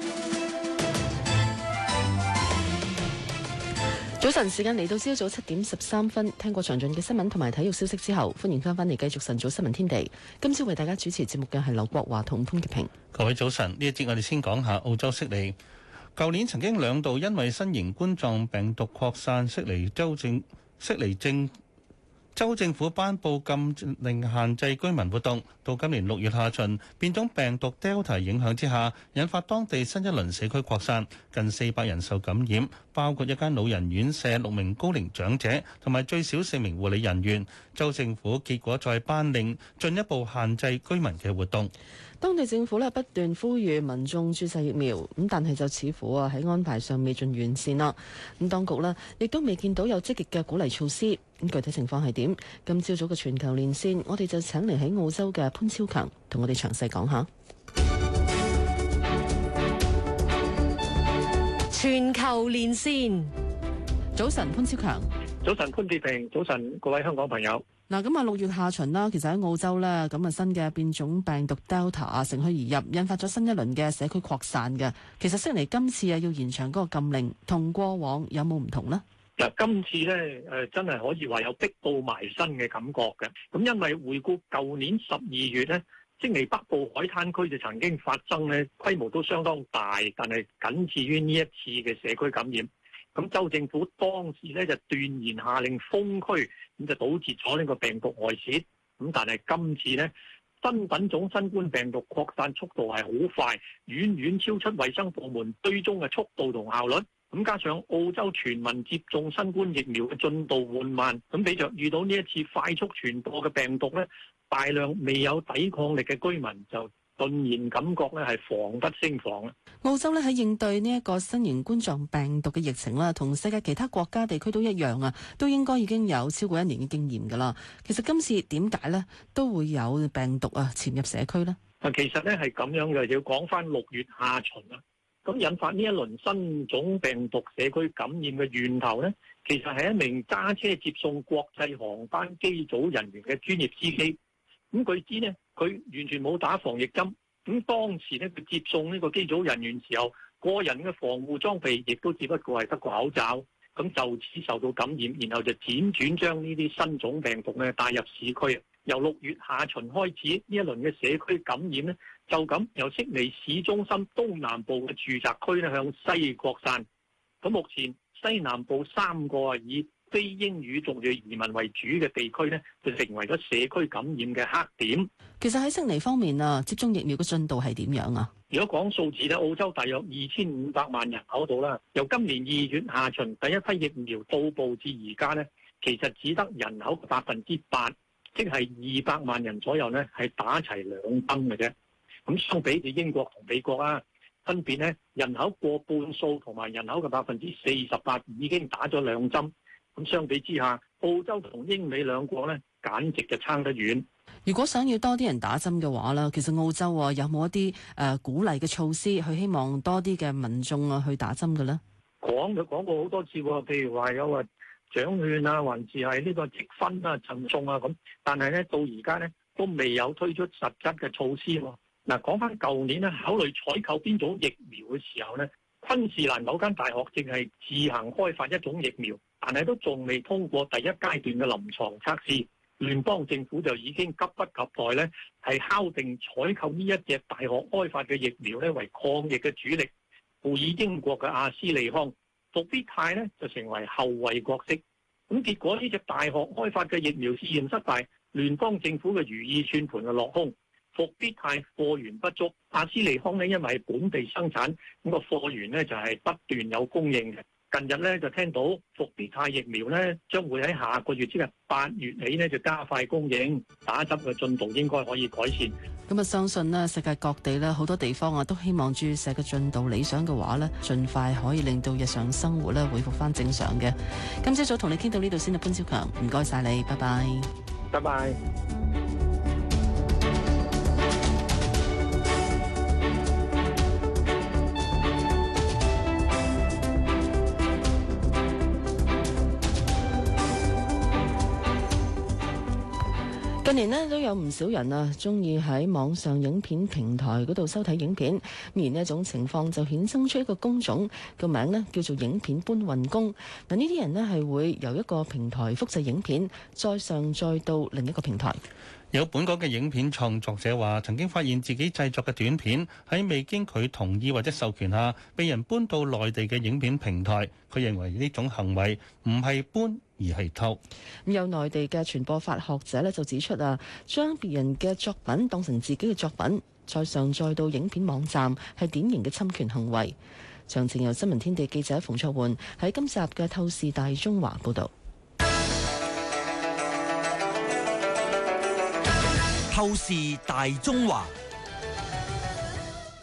早晨時間嚟到朝早七點十三分，聽過詳盡嘅新聞同埋體育消息之後，歡迎翻返嚟繼續晨早新聞天地。今朝為大家主持節目嘅係劉國華同潘潔平。 各位早晨，呢一節我哋先講下澳洲悉尼。舊年曾經兩度因為新型冠狀病毒擴散，悉尼州政悉尼政州政府頒布禁令限制居民活動，到今年六月下旬，變種病毒 Delta 影響之下，引發當地新一輪社區擴散，近四百人受感染，包括一間老人院舍六名高齡長者同埋最少四名護理人員。州政府結果再頒令進一步限制居民嘅活動。 當地政府咧不斷呼籲民眾注射疫苗，咁但係就似乎啊喺安排上未盡完善啦。咁當局咧亦都未見到有積極嘅鼓勵措施。咁具體情況係點？今朝早嘅全球連線，我哋就請嚟喺澳洲嘅潘超強同我哋詳細講下。 全球連線， 早晨潘超強， 早晨潘潔平，早晨各位香港朋友。 嗱，咁啊六月下旬啦，其實喺澳洲咧，咁啊新嘅變種病毒 Delta 啊乘虛而入，引發咗新一輪嘅社區擴散嘅。其實悉尼今次啊要延長嗰個禁令，同過往有冇唔同呢？ 嗱，今次咧誒真係可以話有逼到埋身嘅感覺嘅。咁因為回顧舊年十二月咧，悉尼北部海灘區就曾經發生咧，規模都相當大，但係僅次於呢一次嘅社區感染。咁州政府當時咧就斷言下令封區，咁就導致咗呢個病毒外泄。咁但係今次呢，新品種新冠病毒擴散速度係好快，遠遠超出衛生部門追蹤嘅速度同效率。咁加上澳洲全民接種新冠疫苗嘅進度緩慢，咁比着遇到呢一次快速傳播嘅病毒呢，大量未有抵抗力嘅居民就頓然感覺咧係防不勝防啊！ 澳洲咧喺應對呢一個新型冠狀病毒嘅疫情啦，同世界其他國家地區都一樣啊，都應該已經有超過一年嘅經驗㗎啦。其實今次點解咧都會有病毒啊潛入社區呢？ 啊，其實咧係咁樣嘅，要講翻六月下旬啊，咁引發呢一輪新種病毒社區感染嘅源頭咧，其實係一名揸車接送國際航班機組人員嘅專業司機。咁據知呢，佢完全冇打防疫針。咁當時呢，佢接送呢個機組人員時候，個人嘅防護裝備亦都只不過係得個口罩。咁就此受到感染，然後就輾轉將呢啲新種病毒呢帶入市區。由六月下旬開始，呢一輪嘅社區感染呢，就咁由悉尼市中心東南部嘅住宅區呢向西擴散。咁目前西南部三個啊以非英語族裔移民為主嘅地區呢，就成為咗社區感染嘅黑點。 其實喺悉尼方面啊，接種疫苗嘅進度係點樣啊？ 如果講數字咧，澳洲大約二千五百萬人口度啦，由今年二月下旬第一批疫苗到埗至而家呢，其實只得人口嘅百分之八，即係二百萬人左右呢，係打齊兩針嘅啫。咁相比起英國同美國啊，分別呢人口過半數同埋人口嘅百分之四十八已經打咗兩針。咁相比之下，澳洲同英美兩國呢，簡直就差得遠。 如果想要多啲人打針嘅話啦，其實澳洲啊有冇一啲誒、呃、鼓勵嘅措施，去希望多啲嘅民眾啊去打針嘅咧？ 講就講過好多次喎，譬如話有話獎券啊，還是係呢個積分啊、贈送啊咁，但係咧到而家咧都未有推出實質嘅措施喎。嗱，講翻舊年咧，考慮採購邊種疫苗嘅時候咧，昆士蘭某間大學正係自行開發一種疫苗，但係都仲未通過第一階段嘅臨床測試。聯邦政府就已經急不及待咧，係敲定採購呢一隻大學開發嘅疫苗咧為抗疫嘅主力，輔以英國嘅阿斯利康，復必泰咧就成為後衛角色。咁結果呢隻大學開發嘅疫苗試驗失敗，聯邦政府嘅如意算盤就落空，復必泰貨源不足，阿斯利康呢因為本地生產，咁個貨源呢就係不斷有供應嘅。近日咧就聽到復必泰疫苗咧將會喺下個月即係八月起呢就加快供應，打針嘅進度應該可以改善。 咁啊，相信呢世界各地咧好多地方啊都希望注射嘅進度理想嘅話咧，盡快可以令到日常生活咧恢復翻正常嘅。今朝早同你傾到呢度先啦，潘超強，唔該晒你，拜拜， 拜拜。 近年呢都有唔少人啊，中意喺網上影片平台嗰度收睇影片，而呢一種情況就衍生出一個工種，個名呢叫做影片搬運工。嗱，呢啲人呢係會由一個平台複製影片，再上載到另一個平台。 有本港嘅影片創作者話，曾經發現自己製作嘅短片喺未經佢同意或者授權下，被人搬到內地嘅影片平台。佢認為呢種行為唔係搬而係偷。 咁有內地嘅傳播法學者咧就指出啊，將別人嘅作品當成自己嘅作品，再上載到影片網站，係典型嘅侵權行為。詳情由新聞天地記者馮卓煥喺今集嘅透視大中華報導。 透視大中華。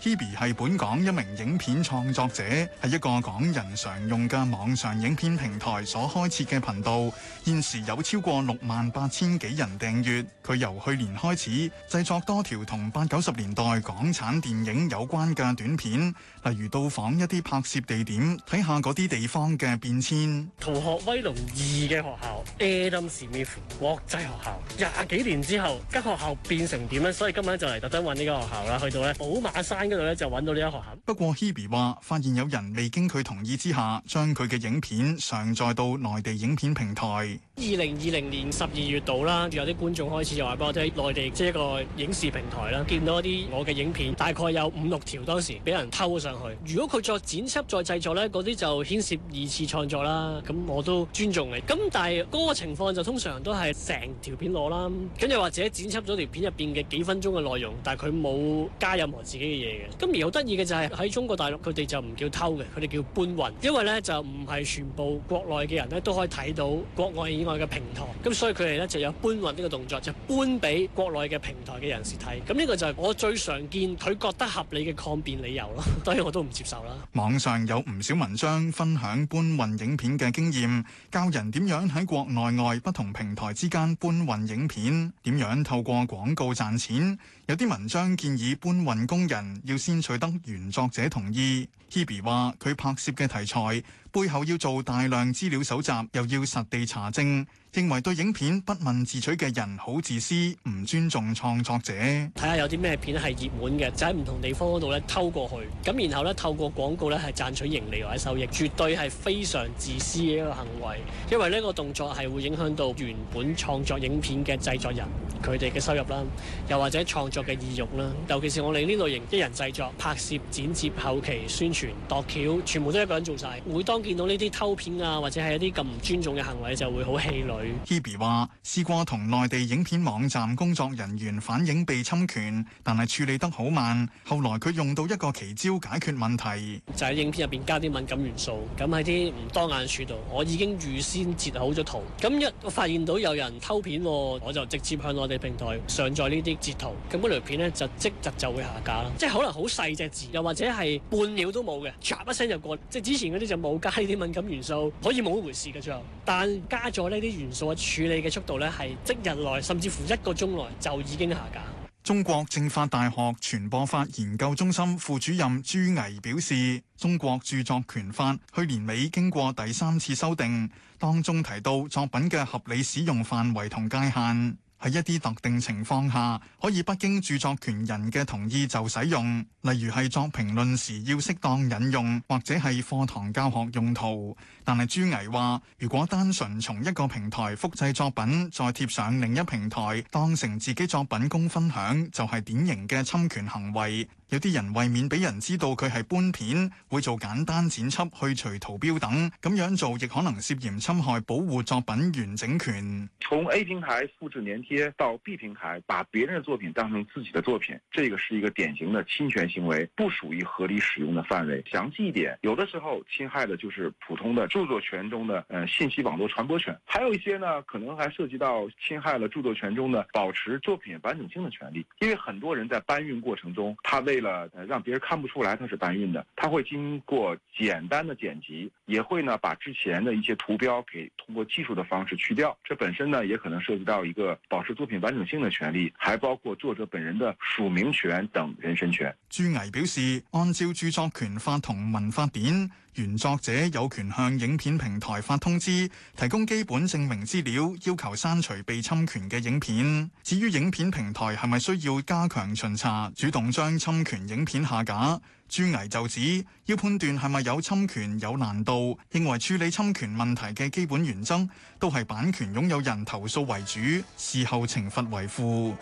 Hebe 係本港一名影片創作者，係一個港人常用嘅網上影片平台所開設嘅頻道，現時有超過六萬八千幾人訂閱。佢由去年開始製作多條同八九十年代港產電影有關嘅短片，例如到訪一啲拍攝地點，睇下嗰啲地方嘅變遷。 同學威龍二嘅學校 Adam Smith 國際學校，廿幾年之後間學校變成點咧？所以今晚就嚟特登揾呢間學校啦，去到咧寶馬山嗰度咧就揾到呢間學校。 不過 Hebe 話，發現有人未經佢同意之下，將佢嘅影片上載到內地影片平台。 二零二零年十二月度啦，有啲觀眾開始就話俾我聽，內地即係一個影視平台啦，見到一啲我嘅影片，大概有五六條當時俾人偷上去。如果佢再剪輯再製作咧，嗰啲就牽涉二次創作啦。咁我都尊重你。咁但係嗰個情況就通常都係成條片攞啦，跟住或者剪輯咗條片入邊嘅幾分鐘嘅內容，但係佢冇加任何自己嘅嘢嘅。咁而好得意嘅就係喺中國大陸，佢哋就唔叫偷嘅，佢哋叫搬運，因為咧就唔係全部國內嘅人咧都可以睇到國外以外嘅平台，咁所以佢哋咧就有搬運呢個動作，就搬俾國內嘅平台嘅人士睇。咁呢個就係我最常見佢覺得合理嘅抗辯理由咯，當然我都唔接受啦。 網上有唔少文章分享搬運影片嘅經驗，教人點樣喺國內外不同平台之間搬運影片，點樣透過廣告賺錢。有啲文章建議搬運工人要先取得原作者同意。Hebe 話佢拍攝嘅題材背後要做大量資料搜集，又要實地查證，認為對影片不問自取嘅人好自私，唔尊重創作者。 睇下有啲咩片係熱門嘅，就喺唔同地方嗰度咧偷過去，咁然後咧透過廣告咧係賺取盈利或者收益，絕對係非常自私嘅一個行為。因為呢個動作係會影響到原本創作影片嘅製作人佢哋嘅收入啦，又或者創作嘅意欲啦。尤其是我哋呢類型一人製作、拍攝、剪接、後期、宣傳、度橋，全部都一個人做晒。每當見到呢啲偷片啊，或者係一啲咁唔尊重嘅行為，就會好氣餒。 Hebe 話試過同內地影片網站工作人員反映被侵權，但係處理得好慢。後來佢用到一個奇招解決問題， 就喺影片入邊加啲敏感元素，咁喺啲唔當眼處度，我已經預先截好咗圖。咁一我發現到有人偷片，我就直接向內地平台上載呢啲截圖，咁嗰條片呢，就即日就會下架啦。即係可能好細隻字，又或者係半秒都冇嘅，唰一聲就過。即係之前嗰啲就冇加呢啲敏感元素，可以冇一回事嘅最後。但加咗呢啲元素嘅處理嘅速度呢，係即日內甚至乎一個鐘內就已經下架。 中國政法大學傳播法研究中心副主任朱毅表示，中國著作權法去年尾經過第三次修訂，當中提到作品嘅合理使用範圍同界限。喺一啲特定情況下，可以不經著作權人嘅同意就使用，例如係作評論時要適當引用，或者係課堂教學用途。但係朱毅話，如果單純從一個平台複製作品，再貼上另一平台，當成自己作品供分享，就係典型嘅侵權行為。有啲人為免俾人知道佢係搬片，會做簡單剪輯、去除圖標等，咁樣做亦可能涉嫌侵害保護作品完整權。 從 A 平台複製粘貼到 B 平台，把別人的作品當成自己的作品，這個是一個典型的侵權行為，不屬於合理使用的範圍。詳細一點，有的時候侵害的就是普通的著作權中的呃信息網絡傳播權，還有一些呢，可能還涉及到侵害了著作權中的保持作品完整性的權利。因為很多人在搬運過程中，他為了讓別人看不出來他是搬運的，他會經過簡單的剪輯，也會呢把之前的一些圖標給通過技術的方式去掉。這本身呢也可能涉及到一個保持作品完整性的權利，還包括作者本人的署名權等人身權。 朱毅表示，按照著作權法同民法典，原作者有權向影片平台發通知，提供基本證明資料，要求刪除被侵權嘅影片。至於影片平台係咪需要加強巡查，主動將侵權影片下架，朱毅就指要判斷係咪有侵權有難度，認為處理侵權問題嘅基本原則都係版權擁有人投訴為主，事後懲罰為輔。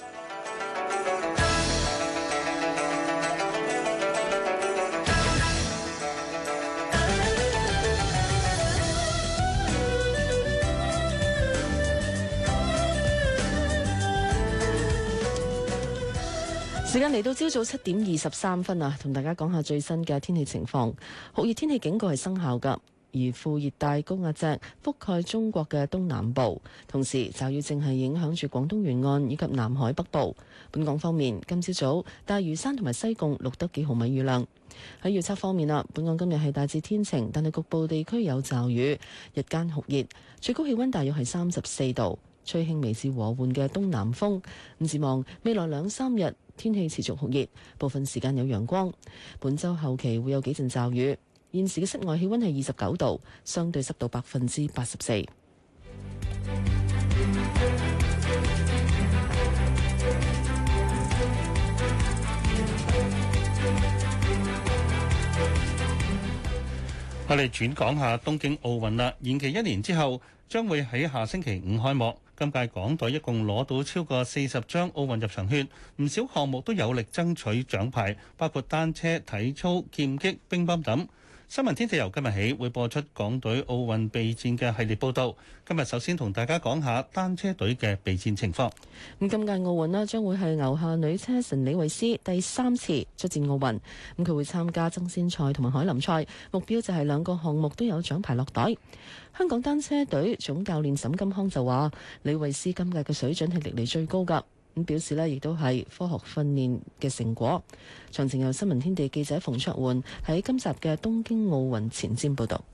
時間嚟到朝早七點二十三分啊，同大家講下最新嘅天氣情況。酷熱天氣警告係生效㗎。 而副熱帶高壓脊覆蓋中國嘅東南部，同時驟雨正係影響住廣東沿岸以及南海北部。本港方面，今朝早大嶼山同埋西貢錄得幾毫米雨量。喺預測方面啦，本港今日係大致天晴，但係局部地區有驟雨，日間酷熱，最高氣溫大約係三十四度，吹輕微至和緩嘅東南風。咁展望未來兩三日天氣持續酷熱，部分時間有陽光。本週後期會有幾陣驟雨。現時嘅室外氣溫係二十九度，相對濕度百分之八十四。 我哋轉講下東京奧運啦，延期一年之後，將會喺下星期五開幕。今屆港隊一共攞到超過四十張奧運入場券，唔少項目都有力爭取獎牌，包括單車、體操、劍擊、乒乓等。新聞天地由今日起會播出港隊奧運備戰嘅系列報導。今日首先同大家講下單車隊嘅備戰情況。 咁今屆奧運呢，將會係牛下女車神李慧詩第三次出戰奧運。咁佢會參加爭先賽同埋凱林賽，目標就係兩個項目都有獎牌落袋。香港單車隊總教練沈金康就話：李慧詩今屆嘅水準係歷嚟最高㗎。咁表示呢，亦都係科學訓練嘅成果。詳情由新聞天地記者馮卓煥喺今集嘅東京奧運前瞻報導。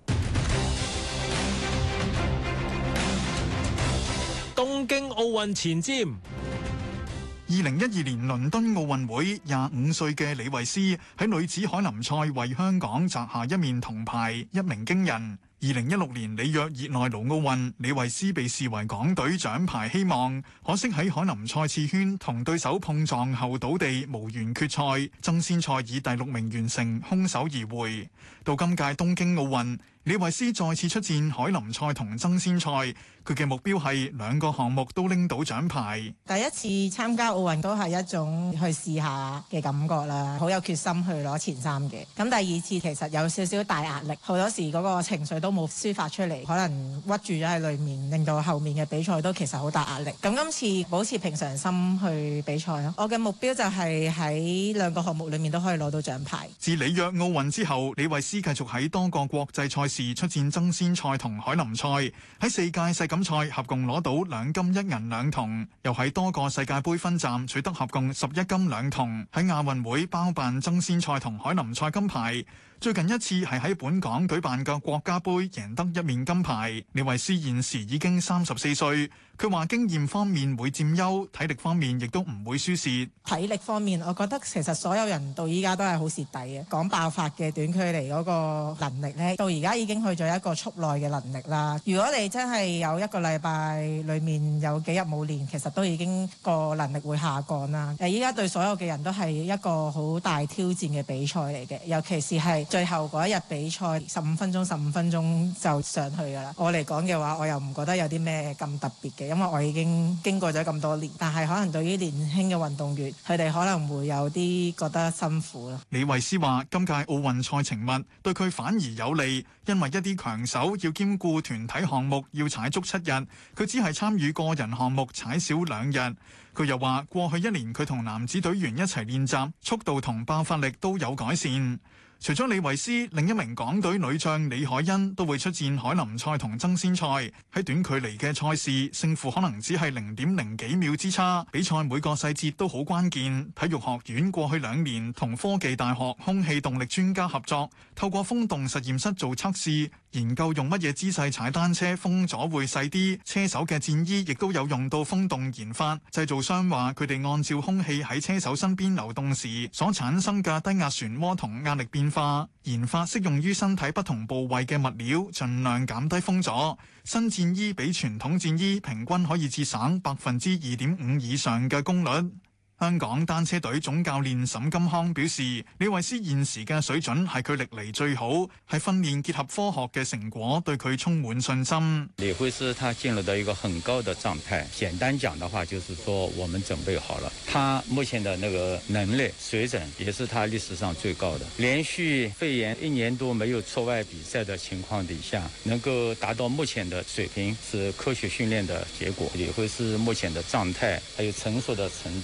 東京奧運前瞻。 二零一二年倫敦奧運會，廿五歲嘅李慧詩喺女子凱林賽為香港摘下一面銅牌，一鳴驚人。二零一六年里約熱內盧奧運，李慧詩被視為港隊獎牌希望，可惜喺凱林賽次圈同對手碰撞後倒地，無緣決賽，爭先賽以第六名完成，空手而回。到今屆東京奧運，李慧詩再次出戰凱林賽同爭先賽，佢嘅目標係兩個項目都拎到獎牌。 第一次參加奧運都係一種去試下嘅感覺啦，好有決心去攞前三嘅。咁第二次其實有少少大壓力，好多時嗰個情緒都冇抒發出嚟，可能屈住咗喺裏面，令到後面嘅比賽都其實好大壓力。咁今次保持平常心去比賽咯。我嘅目標就係喺兩個項目裏面都可以攞到獎牌。 自里約奧運之後，李慧詩繼續喺多個國際賽事出戰爭先賽同凱林賽，喺四屆世錦賽合共攞到兩金一銀兩銅，又喺多個世界盃分站取得合共十一金兩銅，喺亞運會包辦爭先賽同凱林賽金牌。最近一次係喺本港舉辦嘅國家盃贏得一面金牌。李慧詩現時已經三十四歲，佢話經驗方面會佔優，體力方面亦都唔會輸蝕。 體力方面，我覺得其實所有人到依家都係好蝕底嘅。講爆發嘅短距離嗰個能力呢，到而家已經去咗一個速耐嘅能力啦。如果你真係有一個禮拜裡面有幾日冇練，其實都已經個能力會下降啦。誒，依家對所有嘅人都係一個好大挑戰嘅比賽嚟嘅，尤其是係最後嗰一日比賽，十五分鐘十五分鐘就上去㗎啦。我嚟講嘅話，我又唔覺得有啲咩咁特別嘅，因為我已經經過咗咁多年。但係可能對於年輕嘅運動員，佢哋可能會有啲覺得辛苦咯。 李慧詩話：今屆奧運賽程密，對佢反而有利，因為一啲強手要兼顧團體項目，要踩足七日，佢只係參與個人項目踩少兩日。佢又話：過去一年佢同男子隊員一齊練習，速度同爆發力都有改善。除咗李慧詩，另一名港隊女將李海欣都會出戰凱林賽同爭先賽。喺短距離嘅賽事，勝負可能只係零點零幾秒之差，比賽每個細節都好關鍵。體育學院過去兩年同科技大學空氣動力專家合作，透過風洞實驗室做測試，研究用乜嘢姿勢踩單車風阻會細啲。車手嘅戰衣亦都有用到風洞研發。製造商話佢哋按照空氣喺車手身邊流動時所產生嘅低壓漩渦同壓力變化，研發適用於身體不同部位嘅物料，盡量減低風阻。新戰衣比傳統戰衣平均可以節省百分之二點五以上嘅功率。香港單車隊總教練沈金康表示，李慧詩現時嘅水準係佢歷嚟最好，係訓練結合科學嘅成果，對佢充滿信心。 李慧詩她進入到一個很高的狀態，簡單講的話就是說我們準備好了。她目前的那個能力水準也是她歷史上最高的。連續肺炎一年多沒有出外比賽的情況底下，能夠達到目前的水平是科學訓練的結果。李慧詩目前的狀態還有成熟的程度，包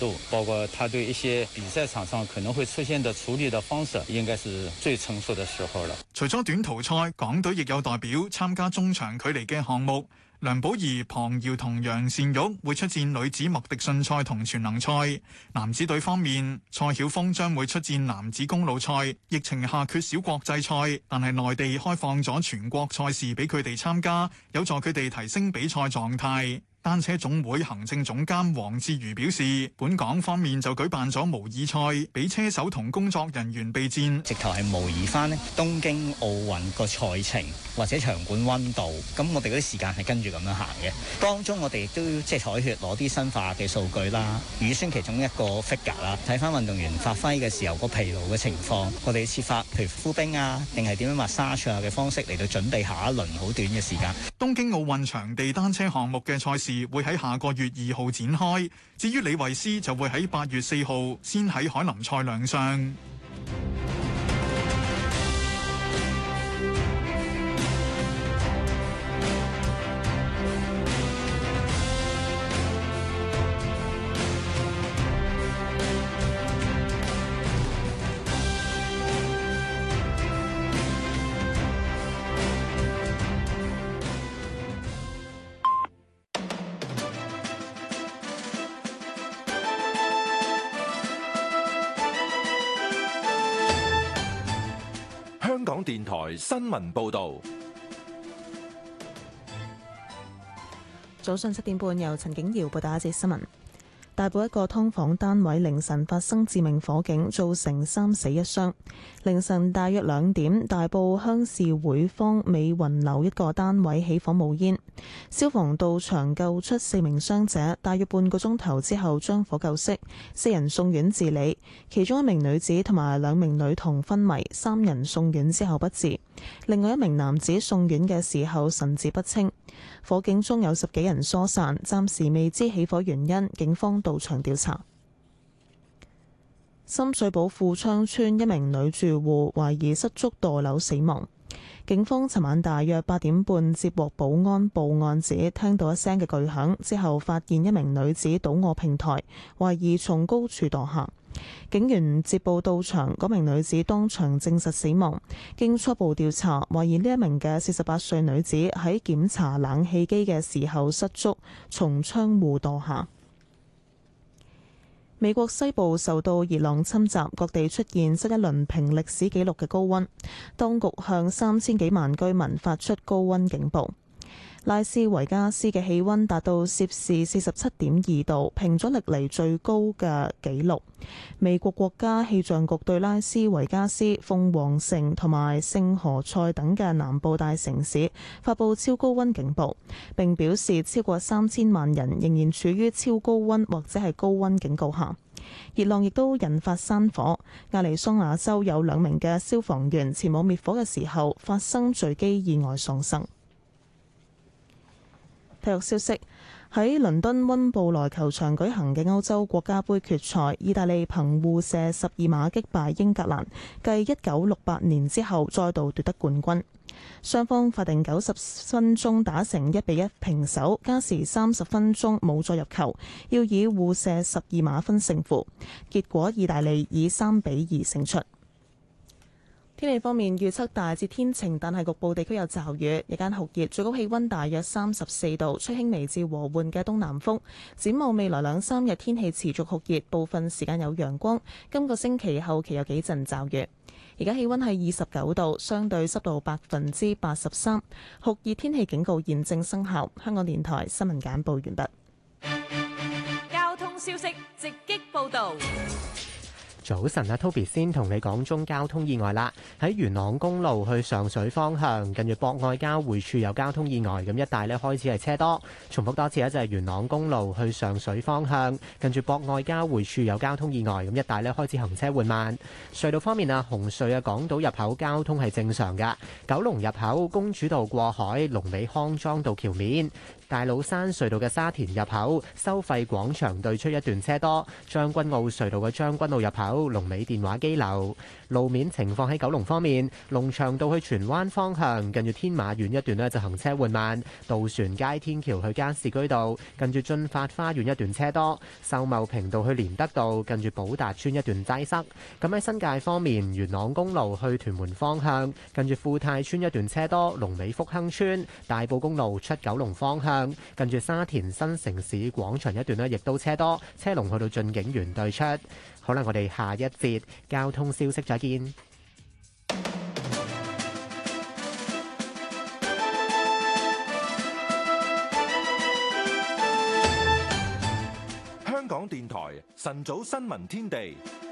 括他對一些比賽場上可能會出現的處理的方式，應該是最成熟的時候了。 除咗短途賽，港隊亦有代表參加中長距離嘅項目。梁寶儀、龐瑤同楊善玉會出戰女子麥迪遜賽同全能賽。男子隊方面，蔡曉峰將會出戰男子公路賽。疫情下缺少國際賽，但係內地開放咗全國賽事俾佢哋參加，有助佢哋提升比賽狀態。單車總會行政總監黃志瑜表示，本港方面就舉辦咗模擬賽，俾車手同工作人員備戰， 直頭係模擬翻咧東京奧運個賽程或者場館溫度，咁我哋嗰啲時間係跟住咁樣行嘅。當中我哋亦都即係採血攞啲新化嘅數據啦，乳酸其中一個 figure 啦，睇翻運動員發揮嘅時候個疲勞嘅情況，我哋設法譬如敷冰啊，定係點樣抹沙場嘅方式嚟到準備下一輪好短嘅時間。 東京奧運場地單車項目嘅賽事會喺下個月二號展開，至於李慧詩就會喺八月四號先喺凱林賽亮相。 香港電台新聞報導。 早上七點半，由陳景瑤報道一節新聞。大埔一個劏房單位凌晨發生致命火警，造成三死一傷。凌晨大約兩點，大埔鄉事會坊美雲樓一個單位起火冒煙，消防到場救出四名傷者，大約半個鐘頭之後將火救熄，四人送院治理，其中一名女子同埋兩名女童昏迷，三人送院之後不治，另外一名男子送院嘅時候神志不清。火警中有十幾人疏散，暫時未知起火原因，警方到場調查。深水埗富昌村一名女住戶懷疑失足墮樓死亡，警方尋晚大約八點半接獲保安報案，指聽到一聲嘅巨響之後，發現一名女子倒卧平台，懷疑從高處墮下。警員接報到場，嗰名女子當場證實死亡。經初步調查，懷疑呢一名嘅四十八歲女子喺檢查冷氣機嘅時候失足，從窗戶墮下。美國西部受到熱浪侵襲，各地出現新一輪平歷史紀錄嘅高溫，當局向三千幾萬居民發出高溫警報。拉斯維加斯嘅氣溫達到攝氏四十七點二度，平咗歷嚟最高嘅紀錄。美國國家氣象局對拉斯維加斯、鳳凰城同埋聖何塞等嘅南部大城市發布超高溫警報，並表示超過三千萬人仍然處於超高溫或者係高溫警告下。熱浪亦都引發山火，亞利桑那州有兩名嘅消防員前往滅火嘅時候發生墜機意外喪生。體育消息，喺倫敦溫布萊球場舉行嘅歐洲國家盃決賽，意大利憑互射十二碼擊敗英格蘭，繼一九六八年之後再度奪得冠軍。雙方法定九十分鐘打成一比一平手，加時三十分鐘冇再入球，要以互射十二碼分勝負。結果意大利以三比二勝出。天氣方面預測大致天晴，但係局部地區有驟雨，日間酷熱，最高氣溫大約三十四度，吹輕微至和緩嘅東南風。展望未來兩三日天氣持續酷熱，部分時間有陽光。今個星期後期有幾陣驟雨。而家氣溫係二十九度，相對濕度百分之八十三，酷熱天氣警告現正生效。香港電台新聞簡報完畢。 交通消息直擊報導。 早晨啊 ，Toby 先同你講中交通意外啦。喺元朗公路去上水方向，近住博愛交匯處有交通意外，咁一帶呢開始係車多。重複多次啊，就係元朗公路去上水方向，近住博愛交匯處有交通意外，咁一帶呢開始行車緩慢。隧道方面啊，紅隧啊港島入口交通係正常㗎。九龍入口公主道過海，龍尾康莊道橋面。大老山隧道嘅沙田入口收費廣場對出一段車多。將軍澳隧道嘅將軍澳入口走龍尾電話機樓。路面情況喺九龍方面，龍翔道去荃灣方向近住天馬苑一段呢就行車緩慢，渡船街天橋去加士居道近住駿發花園一段車多，秀茂坪道去連德道近住寶達邨一段擠塞。咁喺新界方面，元朗公路去屯門方向近住富泰邨一段車多，龍尾福亨村；大埔公路出九龍方向近住沙田新城市廣場一段呢亦都車多，車龍去到駿景園對出。好啦，我哋下一節交通消息再見。 香港電台晨早新聞天地。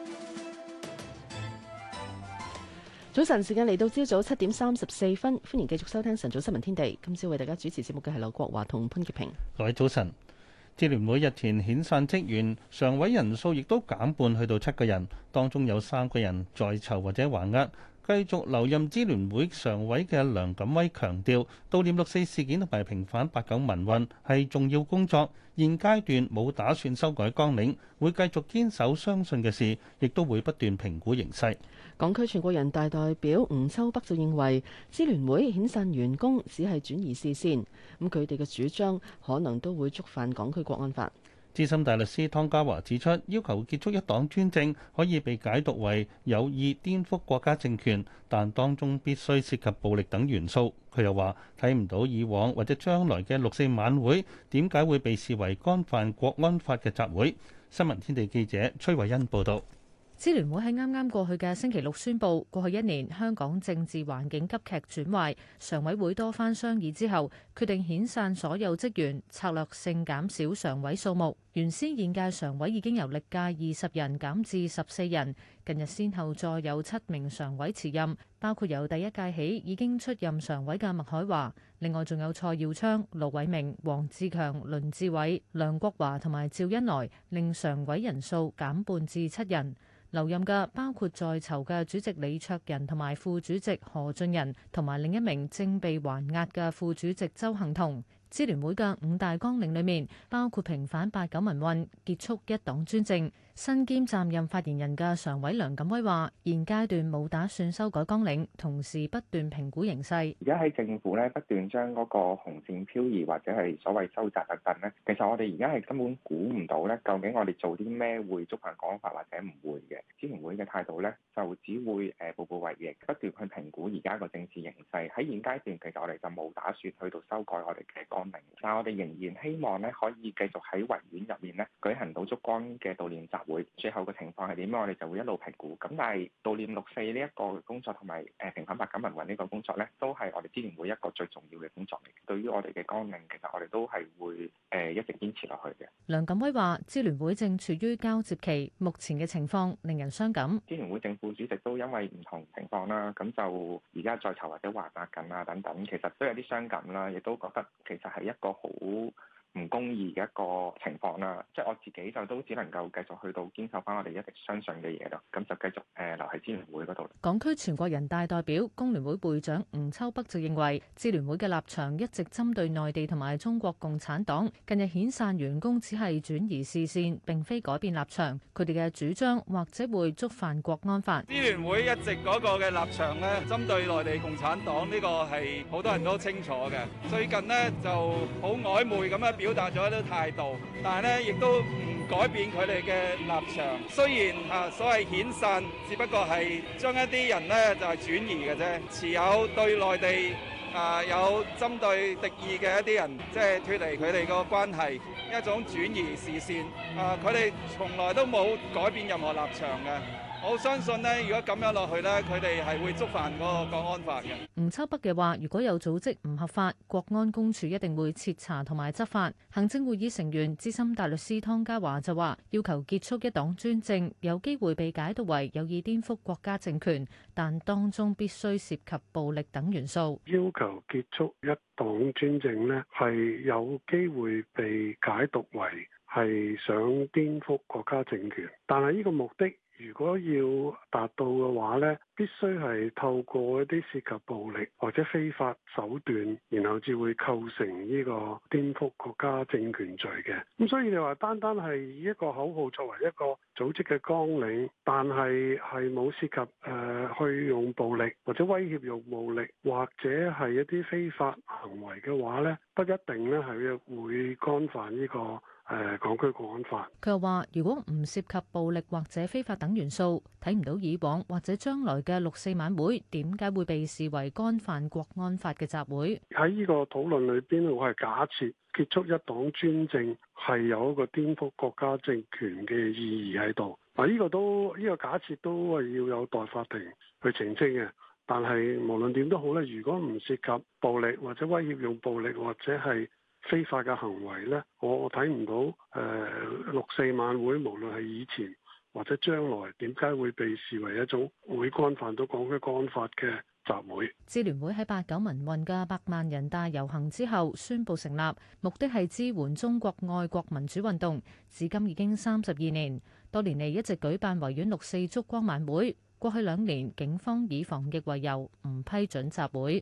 早晨時間嚟到朝早七點三十四分，歡迎繼續收聽晨早新聞天地。今朝為大家主持節目嘅係劉國華同潘潔平。 各位早晨。支聯會日前遣散職員，常委人數亦都減半，去到七個人，當中有三個人在囚或者還押。繼續留任支聯會常委嘅梁錦威強調，悼念六四事件同埋平反八九民運係重要工作，現階段冇打算修改綱領，會繼續堅守相信嘅事，亦都會不斷評估形勢。 港區全國人大代表吳秋北就認為，支聯會遣散員工只係轉移視線，咁佢哋嘅主張可能都會觸犯港區國安法。 資深大律師湯家驊指出，要求結束一黨專政可以被解讀為有意顛覆國家政權，但當中必須涉及暴力等元素。佢又話睇唔到以往或者將來嘅六四晚會點解會被視為干犯國安法嘅集會。新聞天地記者崔慧欣報道。 支聯會喺啱啱過去嘅星期六宣布，過去一年香港政治環境急劇轉壞，常委會多番商議之後，決定遣散所有職員，策略性減少常委數目。原先現屆常委已經由歷屆二十人減至十四人，近日先後再有七名常委辭任，包括由第一屆起已經出任常委嘅麥海華，另外仲有蔡耀昌、盧偉明、黃志強、倫志偉、梁國華同埋趙恩來，令常委人數減半至七人。留任嘅包括在囚嘅主席李卓人同埋副主席何俊仁，同埋另一名正被還押嘅副主席周幸彤。支聯會嘅五大綱領裏面，包括平反八九民運、結束一黨專政。身兼暫任發言人嘅常委梁錦威話：現階段冇打算修改綱領，同時不斷評估形勢。 而家喺政府咧不斷將嗰個紅線漂移或者係所謂收窄等等咧，其實我哋而家係根本估唔到咧，究竟我哋做啲咩會觸犯國安法或者唔會嘅。支聯會嘅態度咧就只會誒步步為營，不斷去評估而家個政治形勢。喺現階段其實我哋就冇打算去到修改我哋嘅綱領，但係我哋仍然希望咧可以繼續喺維園入面咧舉行到燭光嘅悼念集會，最後嘅情況係點樣，我哋就會一路評估。咁但係悼念六四呢一個工作同埋誒平反八九民運呢個工作咧，都係我哋支聯會一個最重要嘅工作嚟。對於我哋嘅綱領，其實我哋都係會誒一直堅持落去嘅。 梁錦威話：支聯會正處於交接期，目前嘅情況令人傷感。 支聯會正副主席都因為唔同情況啦，咁就而家在囚或者還押緊啊等等，其實都有啲傷感啦，亦都覺得其實係一個好唔公義嘅一個情況啦，即係我自己就都只能夠繼續去到堅守翻我哋一直相信嘅嘢咯，咁就繼續誒留喺支聯會嗰度。 港區全國人大代表工聯會會長吳秋北就認為，支聯會嘅立場一直針對內地同埋中國共產黨，近日遣散員工只係轉移視線，並非改變立場。佢哋嘅主張或者會觸犯國安法。 支聯會一直嗰個嘅立場咧，針對內地共產黨呢個係好多人都清楚嘅。最近呢就好曖昧咁樣表達咗一啲態度，但係咧亦都唔改變佢哋嘅立場。雖然啊所謂遣散，只不過係將一啲人咧就係轉移嘅啫。持有對內地啊有針對敵意嘅一啲人，即係脫離佢哋個關係，一種轉移視線。啊，佢哋從來都冇改變任何立場嘅。我相信呢，如果咁樣落去呢，佢哋係會觸犯嗰個國安法嘅。 吳秋北嘅話，如果有組織唔合法，國安公署一定會徹查同埋執法。行政會議成員資深大律師湯家驊就話，要求結束一黨專政，有機會被解讀為有意顛覆國家政權，但當中必須涉及暴力等元素。 要求結束一黨專政呢，係有機會被解讀為係想顛覆國家政權，但係呢個目的如果要達到嘅話呢，必須係透過一啲涉及暴力或者非法手段，然後至會構成呢個顛覆國家政權罪嘅。咁所以你話單單係以一個口號作為一個組織嘅綱領，但係係冇涉及誒、呃、去用暴力或者威脅用暴力或者係一啲非法行為嘅話呢，不一定呢係會干犯呢、這個。誒，港區國安法。 佢又話：如果唔涉及暴力或者非法等元素，睇唔到以往或者將來嘅六四晚會點解會被視為干犯國安法嘅集會。喺呢個討論裏邊，我係假設結束一黨專政係有一個顛覆國家政權嘅意義喺度。嗱，呢個都呢、呢個假設都係要有待法庭去澄清嘅。但係無論點都好咧，如果唔涉及暴力或者威脅用暴力或者係非法嘅行為呢，我睇唔到誒、呃、六四晚會無論係以前或者將來點解會被視為一種會干犯到港區國安法嘅集會。 支聯會喺八九民運嘅百萬人大遊行之後宣布成立，目的係支援中國愛國民主運動，至今已經三十二年，多年嚟一直舉辦維園六四燭光晚會。過去兩年警方以防疫為由唔批准集會。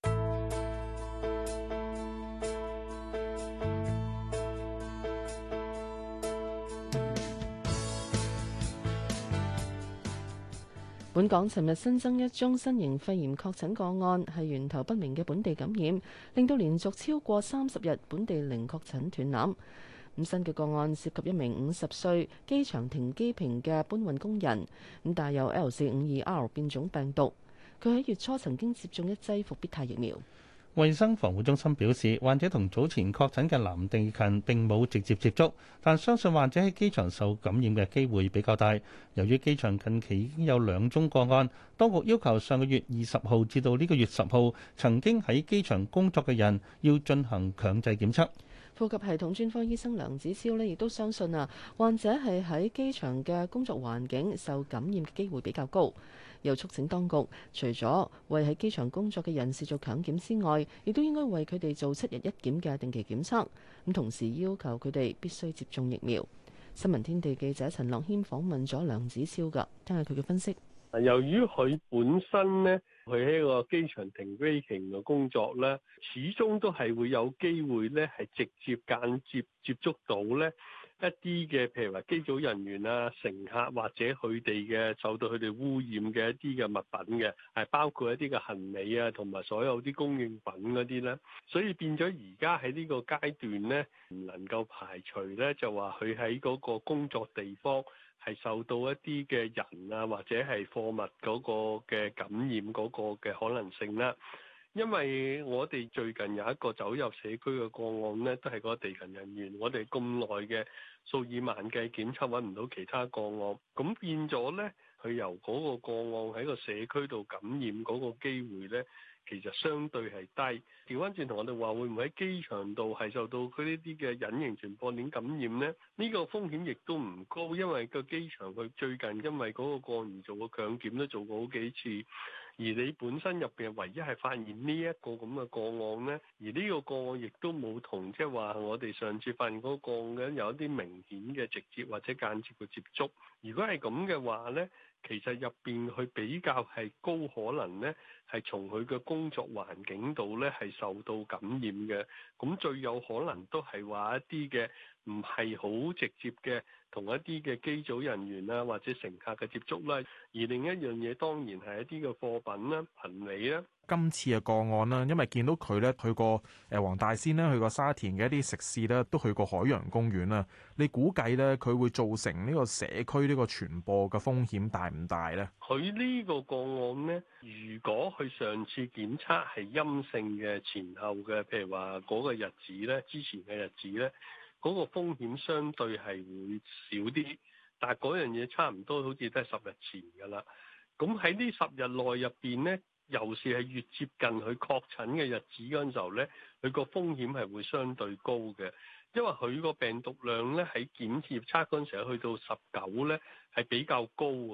本港尋日新增一宗新型肺炎確診個案，係源頭不明嘅本地感染，令到連續超過三十日本地零確診斷纜。咁新嘅個案涉及一名五十歲機場停機坪嘅搬運工人，咁帶有 L 四五二 R 變種病毒。佢喺月初曾經接種一劑復必泰疫苗。 衛生防護中心表示，患者同早前確診嘅藍地勤並冇直接接觸，但相信患者喺機場受感染嘅機會比較大。由於機場近期已經有兩宗個案，當局要求上個月二十號至到呢個月十號曾經喺機場工作嘅人要進行強制檢測。 呼吸系統專科醫生梁子超呢亦都相信啊，患者係喺機場嘅工作環境受感染嘅機會比較高。又促請當局除咗為喺機場工作嘅人士做強檢之外，亦都應該為佢哋做七日一檢嘅定期檢測。咁同時要求佢哋必須接種疫苗。新聞天地記者陳樂軒訪問咗梁子超㗎，聽下佢嘅分析。 由於佢本身呢，佢喺個機場停機坪嘅工作呢，始終都係會有機會呢，係直接間接接觸到呢一啲嘅，譬如話機組人員啊、乘客或者佢哋嘅受到佢哋污染嘅一啲嘅物品嘅，係包括一啲嘅行李啊，同埋所有啲供應品嗰啲咧，所以變咗而家喺呢個階段咧，唔能夠排除咧，就話佢喺嗰個工作地方係受到一啲嘅人啊，或者係貨物嗰個嘅感染嗰個嘅可能性啦。因為我哋最近有一個走入社區嘅個案呢，都係個地勤人員，我哋咁耐嘅數以萬計檢測揾唔到其他個案，咁變咗呢，佢由嗰個個案喺個社區度感染嗰個機會呢，其實相對係低。調翻轉同我哋話，會唔會喺機場度係受到佢呢啲嘅隱形傳播鏈感染呢？呢個風險亦都唔高，因為個機場佢最近因為嗰個個案而做個強檢都做過好幾次。而你本身入邊唯一係發現呢一個咁嘅個案呢，而呢個個案亦都冇同即係話我哋上次發現嗰個個案嘅有一啲明顯嘅直接或者間接嘅接觸。如果係咁嘅話呢，其實入邊佢比較係高可能呢，係從佢嘅工作環境度呢係受到感染嘅。咁最有可能都係話一啲嘅唔係好直接嘅同一啲嘅機組人員啊或者乘客嘅接觸啦。而另一樣嘢當然係一啲嘅貨品啦、行李啦。 今次嘅個案啦，因為見到佢咧去過誒黃大仙咧，去過沙田嘅一啲食肆咧，都去過海洋公園啦。你估計咧佢會造成呢個社區呢個傳播嘅風險大唔大咧？ 佢呢個個案呢，如果佢上次檢測係陰性嘅前後嘅，譬如話嗰個日子咧，之前嘅日子咧，嗰個風險相對係會少啲。但係嗰樣嘢差唔多好似都係十日前㗎啦。咁喺呢十日內入邊呢，尤其是係越接近佢確診嘅日子嗰陣時候呢，佢個風險係會相對高嘅，因為佢個病毒量呢喺檢測嗰陣時候去到十九呢係比較高啊。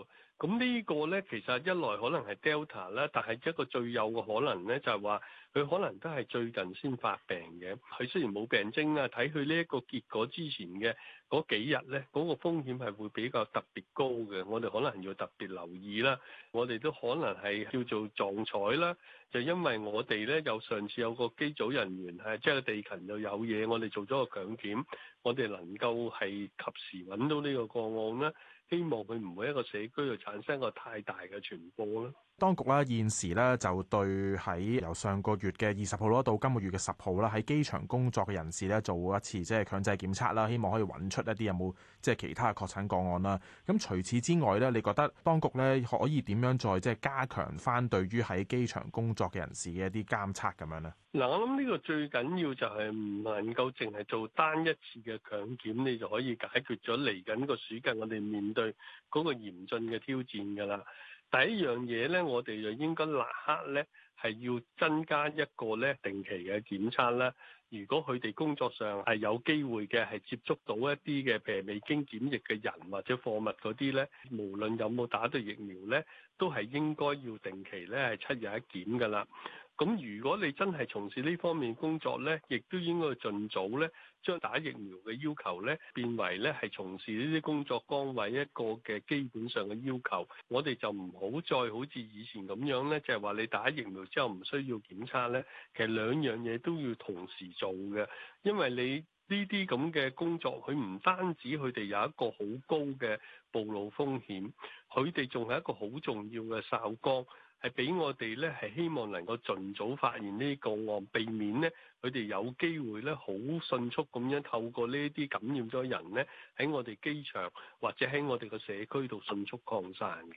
咁呢個呢，其實一來可能係 Delta 啦，但係一個最有嘅可能呢，就係話佢可能都係最近先發病嘅。佢雖然冇病徵啊，睇佢呢一個結果之前嘅嗰幾日呢，嗰個風險係會比較特別高嘅。我哋可能要特別留意啦。我哋都可能係叫做撞彩啦，就因為我哋呢，有上次有個機組人員係即係地勤又有嘢，我哋做咗個強檢，我哋能夠係及時揾到呢個個案啦。希望佢唔會一個社區度產生一個太大嘅傳播啦。 當局咧現時咧就對喺由上個月嘅二十號啦到今個月嘅十號啦喺機場工作嘅人士咧做一次即係強制檢測啦，希望可以揾出一啲有冇即係其他嘅確診個案啦。咁除此之外咧，你覺得當局咧可以點樣再即係加強翻對於喺機場工作嘅人士嘅一啲監測咁樣呢？ 嗱，我諗呢個最緊要就係唔能夠淨係做單一次嘅強檢，你就可以解決咗嚟緊個暑假我哋面對嗰個嚴峻嘅挑戰㗎啦。第一樣嘢咧，我哋就應該立刻咧係要增加一個咧定期嘅檢測啦。如果佢哋工作上係有機會嘅，係接觸到一啲嘅譬如未經檢疫嘅人或者貨物嗰啲咧，無論有冇打到疫苗咧，都係應該要定期咧係七日一檢㗎啦。咁如果你真係從事呢方面工作呢，亦都應該盡早呢將打疫苗嘅要求呢變為呢係從事呢啲工作崗位一個嘅基本上嘅要求。我哋就唔好再好似以前咁樣呢，就係話你打疫苗之後唔需要檢測呢。其實兩樣嘢都要同時做嘅，因為你呢啲咁嘅工作，佢唔單止佢哋有一個好高嘅暴露風險，佢哋仲係一個好重要嘅哨崗。係俾我哋咧，係希望能夠盡早發現呢個案，避免呢佢哋有機會咧好迅速咁樣透過呢啲感染咗人呢，喺我哋機場或者喺我哋個社區度迅速擴散嘅。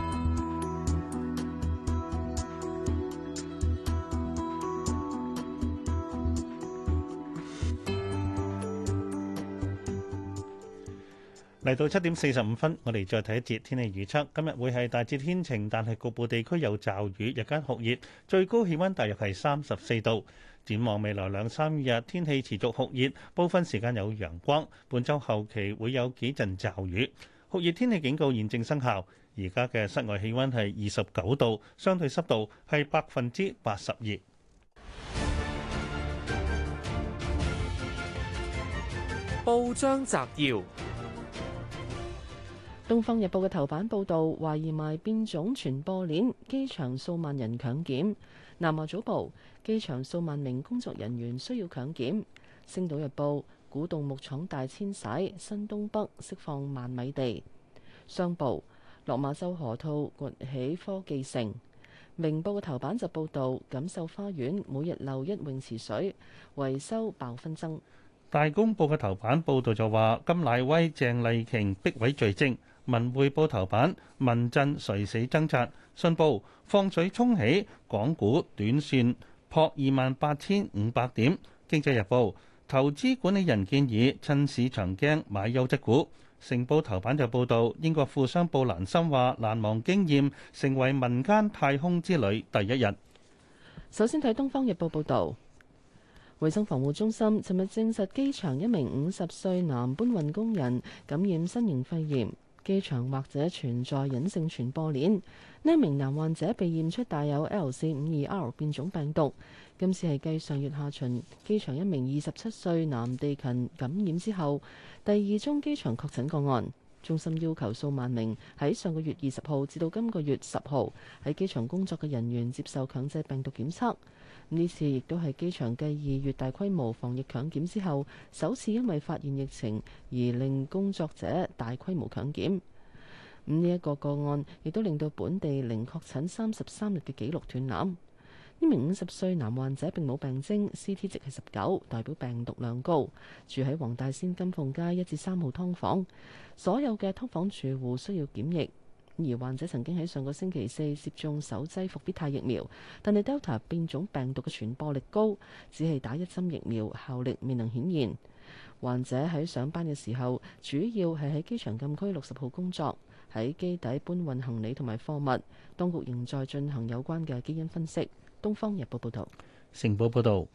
嚟到七點四十五分，我哋再睇一節天氣預測。今日會係大致天晴，但係局部地區有驟雨，日間酷熱，最高氣温大約係三十四度。展望未來兩三日，天氣持續酷熱，部分時間有陽光。本週後期會有幾陣驟雨。酷熱天氣警告現正生效。而家嘅室外氣温係二十九度，相對濕度係百分之八十二。 報章摘要。 《東方日報》嘅頭版報導，懷疑賣變種傳播鏈，機場數萬人強檢。《南華早報》機場數萬名工作人員需要強檢。《星島日報》古洞木廠大遷徙，新東北釋放萬米地。商報落馬洲河套崛起科技城。《明報》嘅頭版就報導，錦繡花園每日漏一泳池水，維修爆紛爭。 大公報嘅頭版報導就話，甘乃威、鄭麗瓊逼位罪證。文匯報頭版，民陣垂死掙扎。信報放水沖起，港股短線破二萬八千五百點。經濟日報投資管理人建議趁市場驚買優質股。成報頭版就報導，英國富商布蘭森話難忘經驗，成為民間太空之旅第一日。 首先睇《東方日報》報導，衛生防護中心尋日證實機場一名五十歲男搬運工人感染新型肺炎。機場或者存在隱性傳播鏈。呢名男患者被驗出帶有 L 四五二 R 變種病毒。今次係繼上月下旬機場一名二十七歲男地勤感染之後，第二宗機場確診個案。中心要求數萬名喺上個月二十號至到今個月十號喺機場工作嘅人員接受強制病毒檢測。呢次亦都係機場繼二月大規模防疫強檢之後，首次因為發現疫情而令工作者大規模強檢。咁呢一個個案亦都令到本地零確診三十三日嘅紀錄斷纜。呢名五十歲男患者並冇病徵 ，C T 值係十九，代表病毒量高。住喺黃大仙金鳳街一至三號劏房，所有嘅劏房住戶需要檢疫。而患者曾經喺上個星期四接種首劑復必泰疫苗，但係 Delta 變種病毒嘅傳播力高，只係打一針疫苗效力未能顯現。患者喺上班嘅時候，主要係喺機場禁區六十號工作，喺機底搬運行李同埋貨物。當局仍在進行有關嘅基因分析。《東方日報》報導。 成報報導。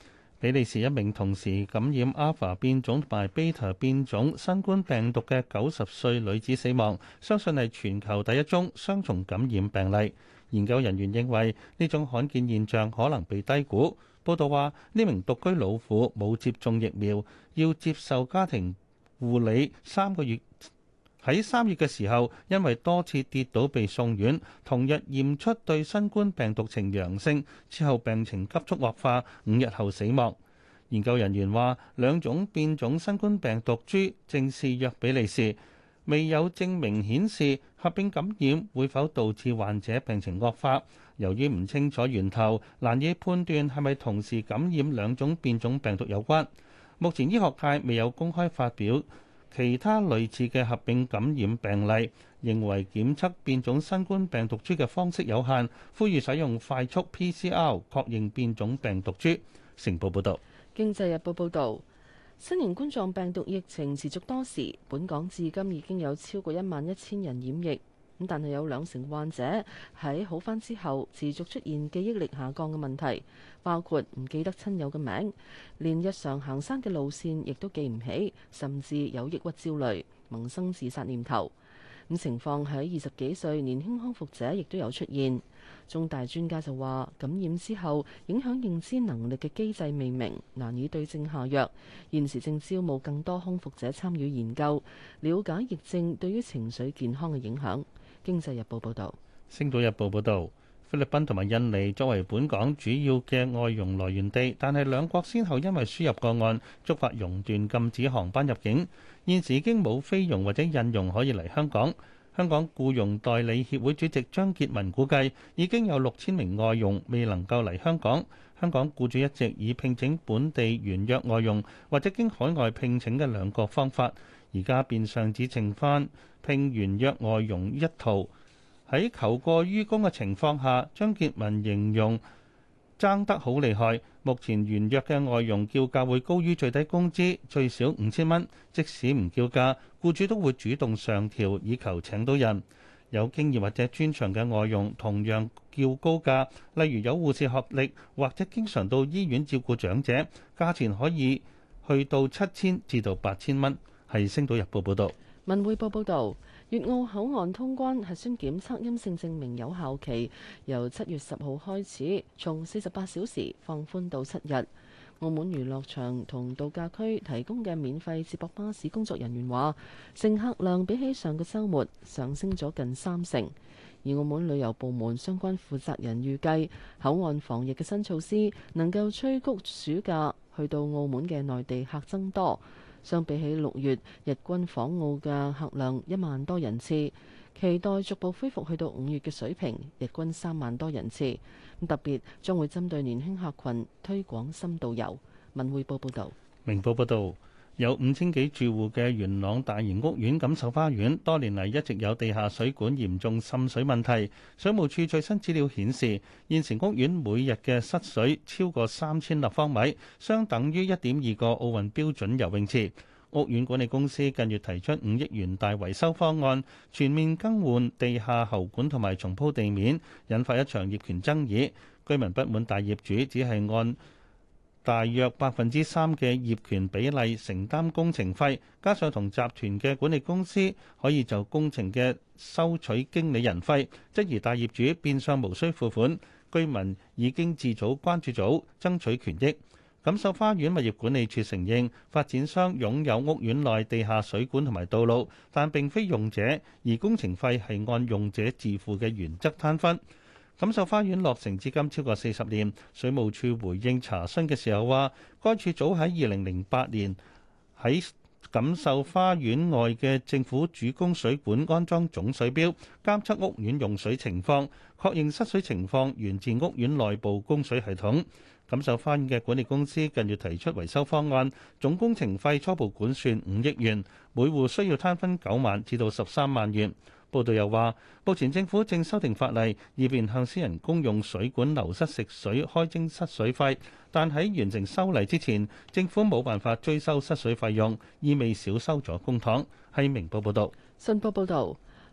比利時一名同時感染 Alpha 變種同埋 Beta 變種新冠病毒嘅九十歲女子死亡，相信係全球第一宗雙重感染病例。研究人員認為呢種罕見現象可能被低估。報道話，呢名獨居老婦冇接種疫苗，要接受家庭護理三個月。喺三月嘅時候，因為多次跌倒被送院，同日驗出對新冠病毒呈陽性，之後病情急速惡化，五日後死亡。研究人員話，兩種變種新冠病毒株正肆虐比利時，未有證明顯示合併感染會否導致患者病情惡化。由於唔清楚源頭，難以判斷係咪同時感染兩種變種病毒有關。目前醫學界未有公開發表其他類似嘅合併感染病例，認為檢測變種新冠病毒株嘅方式有限，呼籲使用快速 P C R 確認變種病毒株。成報報導。 經濟日報報導，新型冠狀病毒疫情持續多時，本港至今已經有超過一萬一千人染疫，咁但係有兩成患者喺好返之後持續出現記憶力下降嘅問題，包括唔記得親友嘅名，連日常行山嘅路線亦都記唔起，甚至有抑鬱焦慮，萌生自殺念頭。咁情況喺二十幾歲年輕康復者亦都有出現。中大專家就話，感染之後影響認知能力嘅機制未明，難以對症下藥。現時正招募更多康復者參與研究，了解疫症對於情緒健康嘅影響。經濟日報報導。 星島日報報導，菲律賓同埋印尼作為本港主要嘅外傭來源地，但係兩國先後因為輸入個案觸發熔斷禁止航班入境，現時已經冇菲傭或者印傭可以嚟香港。香港僱傭代理協會主席張傑文估計，已經有六千名外傭未能夠嚟香港。香港僱主一直以聘請本地原約外傭或者經海外聘請嘅兩個方法，而家變相只剩返聘原約外傭一途。喺求過於供嘅情況下，張傑文形容爭得好厲害。目前原約嘅外傭叫價會高於最低工資，最少五千蚊。即使唔叫價，僱主都會主動上調，以求請到人。有經驗或者專長嘅外傭同樣叫高價，例如有護士學歷或者經常到醫院照顧長者，價錢可以去到七千至到八千蚊。係星島日報報導。 文匯報報導，粵澳口岸通關核酸檢測陰性證明有效期由七月十號開始，從四十八小時放寬到七日。澳門娛樂場同度假區提供嘅免費接駁巴士工作人員話，乘客量比起上個週末上升咗近三成。而澳門旅遊部門相關負責人預計，口岸防疫嘅新措施能夠催谷暑假去到澳門嘅內地客增多。相比起六月日均訪澳嘅客量一萬多人次，期待逐步恢復去到五月嘅水平，日均三萬多人次。特別將會針對年輕客群推廣深度遊。文匯報報導。 明報報導，有五千幾住戶嘅元朗大型屋苑錦繡花園，多年嚟一直有地下水管嚴重滲水問題。水務署最新資料顯示，現時屋苑每日嘅失水超過三千立方米，相等於一點二個奧運標準游泳池。屋苑管理公司近月提出五億元大維修方案，全面更換地下喉管同埋重鋪地面，引發一場業權爭議。居民不滿大業主只係按大約百分之三嘅業權比例承擔工程費，加上同集團嘅管理公司可以就工程嘅收取經理人費，質疑大業主變相無需付款。居民已經自組關注組爭取權益。錦繡花園物業管理處承認發展商擁有屋苑內地下水管同埋道路，但並非用者，而工程費係按用者自付嘅原則攤分。錦繡花園落成至今超過四十年，水務署回應查詢嘅時候話，該處早喺二零零八年喺錦繡花園外嘅政府主供水管安裝總水錶，監測屋苑用水情況，確認失水情況源自屋苑內部供水系統。錦繡花園嘅管理公司近月提出維修方案，總工程費初步估算五億元，每戶需要攤分九萬至到十三萬元。報道又話，目前政府正修訂法例，以便向私人公用水管流失食水開徵失水費，但喺完成修例之前，政府冇辦法追收失水費用，意味少收咗公帑。係明報報導。 信報報導。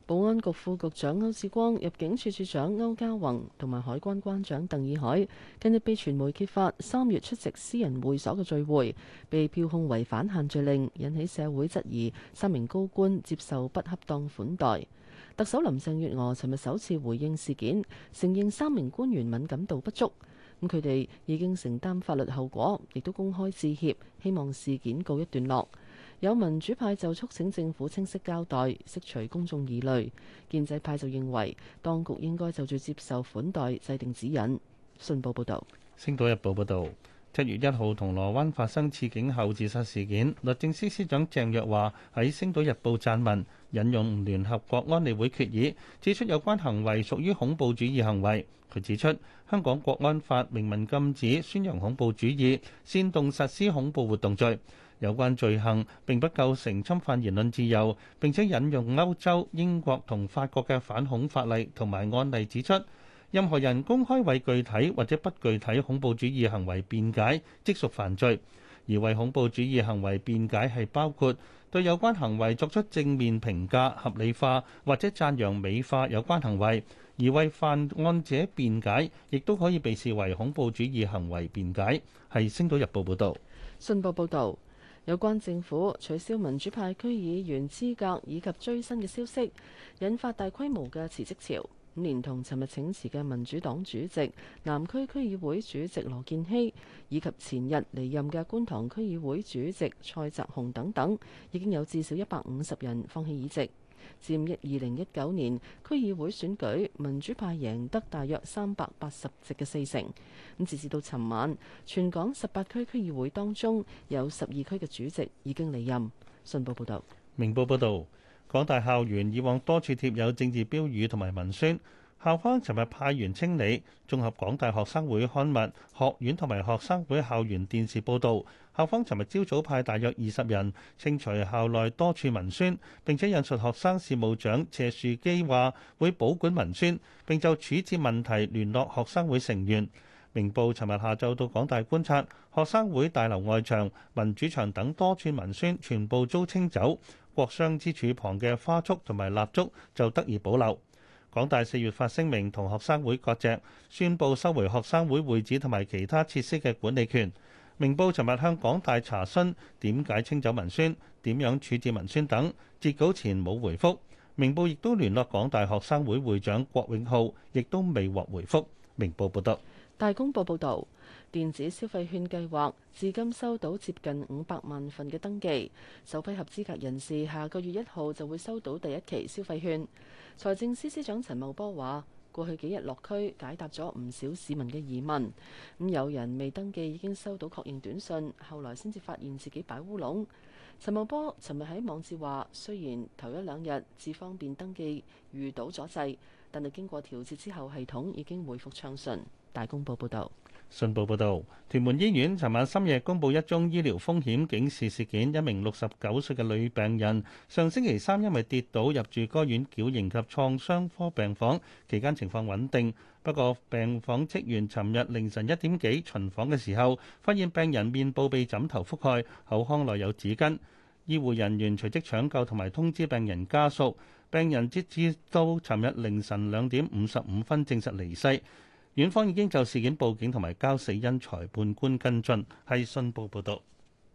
保安局副局長歐志光、入境處處長歐家宏同埋海關關長鄧以海近日被傳媒揭發三月出席私人會所嘅聚會，被票控違反限聚令，引起社會質疑三名高官接受不恰當款待。特首林鄭月娥尋日首次回應事件，承認三名官員敏感度不足，咁佢哋已經承擔法律後果，亦都公開致歉，希望事件告一段落。有民主派就促請政府清晰交代，釋除公眾疑慮。建制派就認為當局應該就住接受款待制定指引。信報報導。 《星島日報》報導，七月一號銅鑼灣發生刺警後自殺事件，律政司司長鄭若驊喺《星島日報》撰文，引用聯合國安理會決議，指出有關行為屬於恐怖主義行為。佢指出，香港國安法明文禁止宣揚恐怖主義、煽動實施恐怖活動罪。有關罪行並不構成侵犯言論自由，並且引用歐洲、英國同法國嘅反恐法例同埋案例，指出任何人公開為具體或者不具體恐怖主義行為辯解，即屬犯罪。而為恐怖主義行為辯解係包括對有關行為作出正面評價、合理化或者讚揚美化有關行為。而為犯案者辯解，亦都可以被視為恐怖主義行為辯解。係《星島日報》報導。 信報報導。有關政府取消民主派區議員資格以及追薪嘅消息，引發大規模嘅辭職潮。咁連同尋日請辭嘅民主黨主席、南區區議會主席羅健熙，以及前日離任嘅觀塘區議會主席蔡澤雄等等，已經有至少一百五十人放棄議席。佔一二零一九年區議會選舉，民主派贏得大約三百八十席嘅四成。咁截至到尋晚，全港十八區區議會當中有十二區嘅主席已經離任。信報報導。 明報報導，港大校園以往多處貼有政治標語同埋文宣，校方尋日派員清理。綜合港大學生會刊物、學院同埋學生會校園電視報導，校方尋日朝早派大約二十人清除校內多處文宣，並且引述學生事務長謝樹基話會保管文宣，並就處置問題聯絡學生會成員。明報尋日下晝到港大觀察，學生會大樓外牆、民主牆等多處文宣全部遭清走，國殤之柱旁嘅花束同埋蠟燭就得以保留。港大四月發聲明同學生會割席，宣布收回學生會會址同埋其他設施嘅管理權。明報尋日向港大查詢點解清走文宣、點樣處置文宣等，截稿前冇回覆。明報亦都聯絡港大學生會會長郭永浩，亦都未獲回覆。明報報道。 大公報報導，電子消費券計劃至今收到接近五百萬份嘅登記，首批合資格人士下個月一號就會收到第一期消費券。財政司司長陳茂波話：過去幾日落區解答咗唔少市民嘅疑問，咁有人未登記已經收到確認短信，後來先至發現自己擺烏龍。陳茂波尋日喺網誌話：雖然頭一兩日至方便登記遇到阻滯，但係經過調節之後，系統已經回復暢順。大公報報導。 信報報導，屯門醫院尋晚深夜公佈一宗醫療風險警示事件，一名六十九歲嘅女病人上星期三因為跌倒入住該院矯形及創傷科病房，期間情況穩定。不過病房職員尋日凌晨一點幾巡房嘅時候，發現病人面部被枕頭覆蓋，口腔內有紙巾。醫護人員隨即搶救同埋通知病人家屬，病人截至到尋日凌晨兩點五十五分證實離世。院方已經就事件報警同埋交死因裁判官跟進。係信報報導。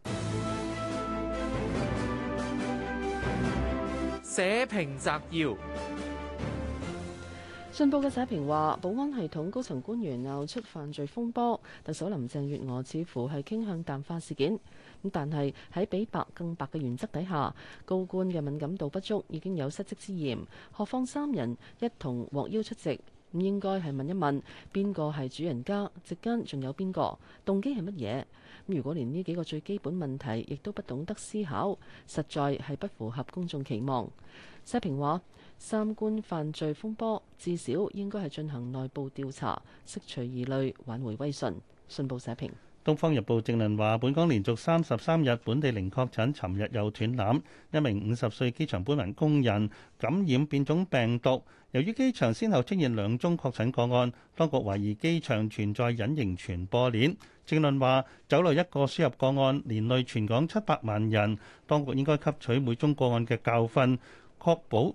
社評摘要。 信報嘅社評話，保安系統高層官員鬧出犯罪風波，特首林鄭月娥似乎係傾向淡化事件。咁但係喺比白更白嘅原則底下，高官嘅敏感度不足已經有失職之嫌，何況三人一同獲邀出席。咁應該係問一問邊個係主人家，席間仲有邊個，動機係乜嘢？咁如果連呢幾個最基本問題亦都不懂得思考，實在係不符合公眾期望。社評話，三官犯罪風波至少應該係進行內部調查，釋除疑慮，挽回威信。信報社評。 《東方日報》正論話，本港連續三十三日本地零確診，尋日又斷纜，一名五十歲機場搬運工人感染變種病毒。由於機場先後出現兩宗確診個案，當局懷疑機場存在隱形傳播鏈。正論話，走漏一個輸入個案，連累全港七百萬人，當局應該吸取每宗個案嘅教訓，確保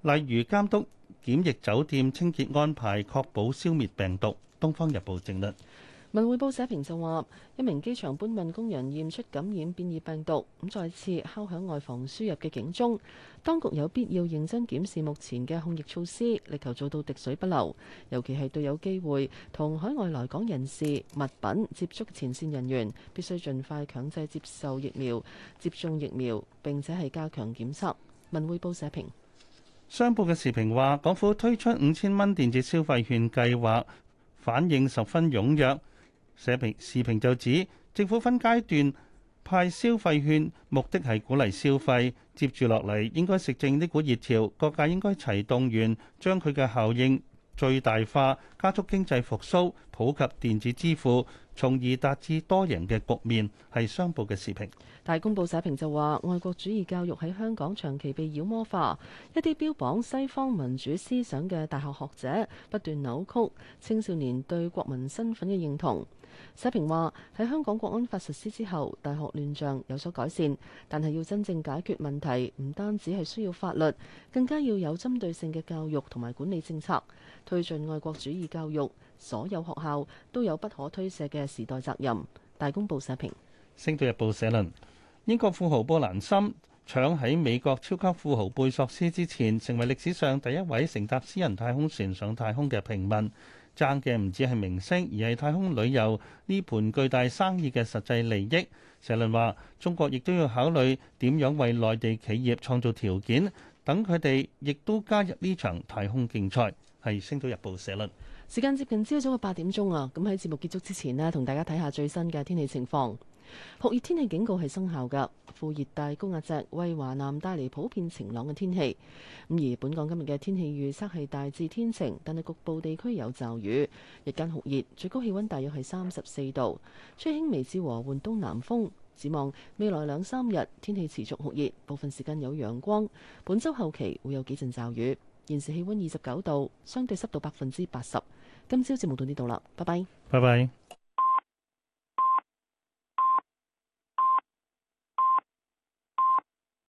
例如監督檢疫酒店清潔安排，確保消滅病毒。《東方日報》正論。 文匯報社評就話，一名機場搬運工人驗出感染變異病毒，咁再次敲響外防輸入嘅警鐘。當局有必要認真檢視目前嘅控疫措施，力求做到滴水不漏。尤其係對有機會同海外來港人士、物品接觸前線人員，必須盡快強制接受疫苗、接種疫苗，並且係加強檢測。文匯報社評。 商報嘅時評話，港府推出五千蚊電子消費券計劃，反應十分踴躍。社評時評就指，政府分階段派消費券，目的係鼓勵消費。接住落嚟應該食正呢股熱潮，各界應該齊動員，將佢嘅效應最大化，加速經濟復甦，普及電子支付，從而達至多贏嘅局面。係商報嘅時評。 大公報社評就話，愛國主義教育喺香港長期被妖魔化，一啲標榜西方民主思想嘅大學學者不斷扭曲青少年對國民身份嘅認同。社評話，喺香港國安法實施之後，大學亂象有所改善，但係要真正解決問題，唔單止係需要法律，更加要有針對性嘅教育同埋管理政策，推進愛國主義教育。所有學校都有不可推卸嘅時代責任。大公報社評。 星島日報社論：英國富豪布蘭森搶喺美國超級富豪貝索斯之前，成為歷史上第一位乘搭私人太空船上太空嘅平民。爭嘅唔止係明星，而係太空旅遊呢盤巨大生意嘅實際利益。社論話，中國亦都要考慮點樣為內地企業創造條件，等佢哋亦都加入呢場太空競賽。係《星島日報》社論。 時間接近朝早嘅八點鐘啊，咁喺節目結束之前呢，同大家睇下最新嘅天氣情況。酷熱天氣警告係生效㗎，副熱帶高壓脊為華南帶嚟普遍晴朗嘅天氣。咁而本港今日嘅天氣預測係大致天晴，但係局部地區有驟雨。日間酷熱，最高氣溫大約係三十四度，吹輕微至和緩東南風。展望未來兩三日天氣持續酷熱，部分時間有陽光。本週後期會有幾陣驟雨。現時氣溫二十九度，相對濕度百分之八十。今朝節目到呢度啦，拜拜。 拜拜。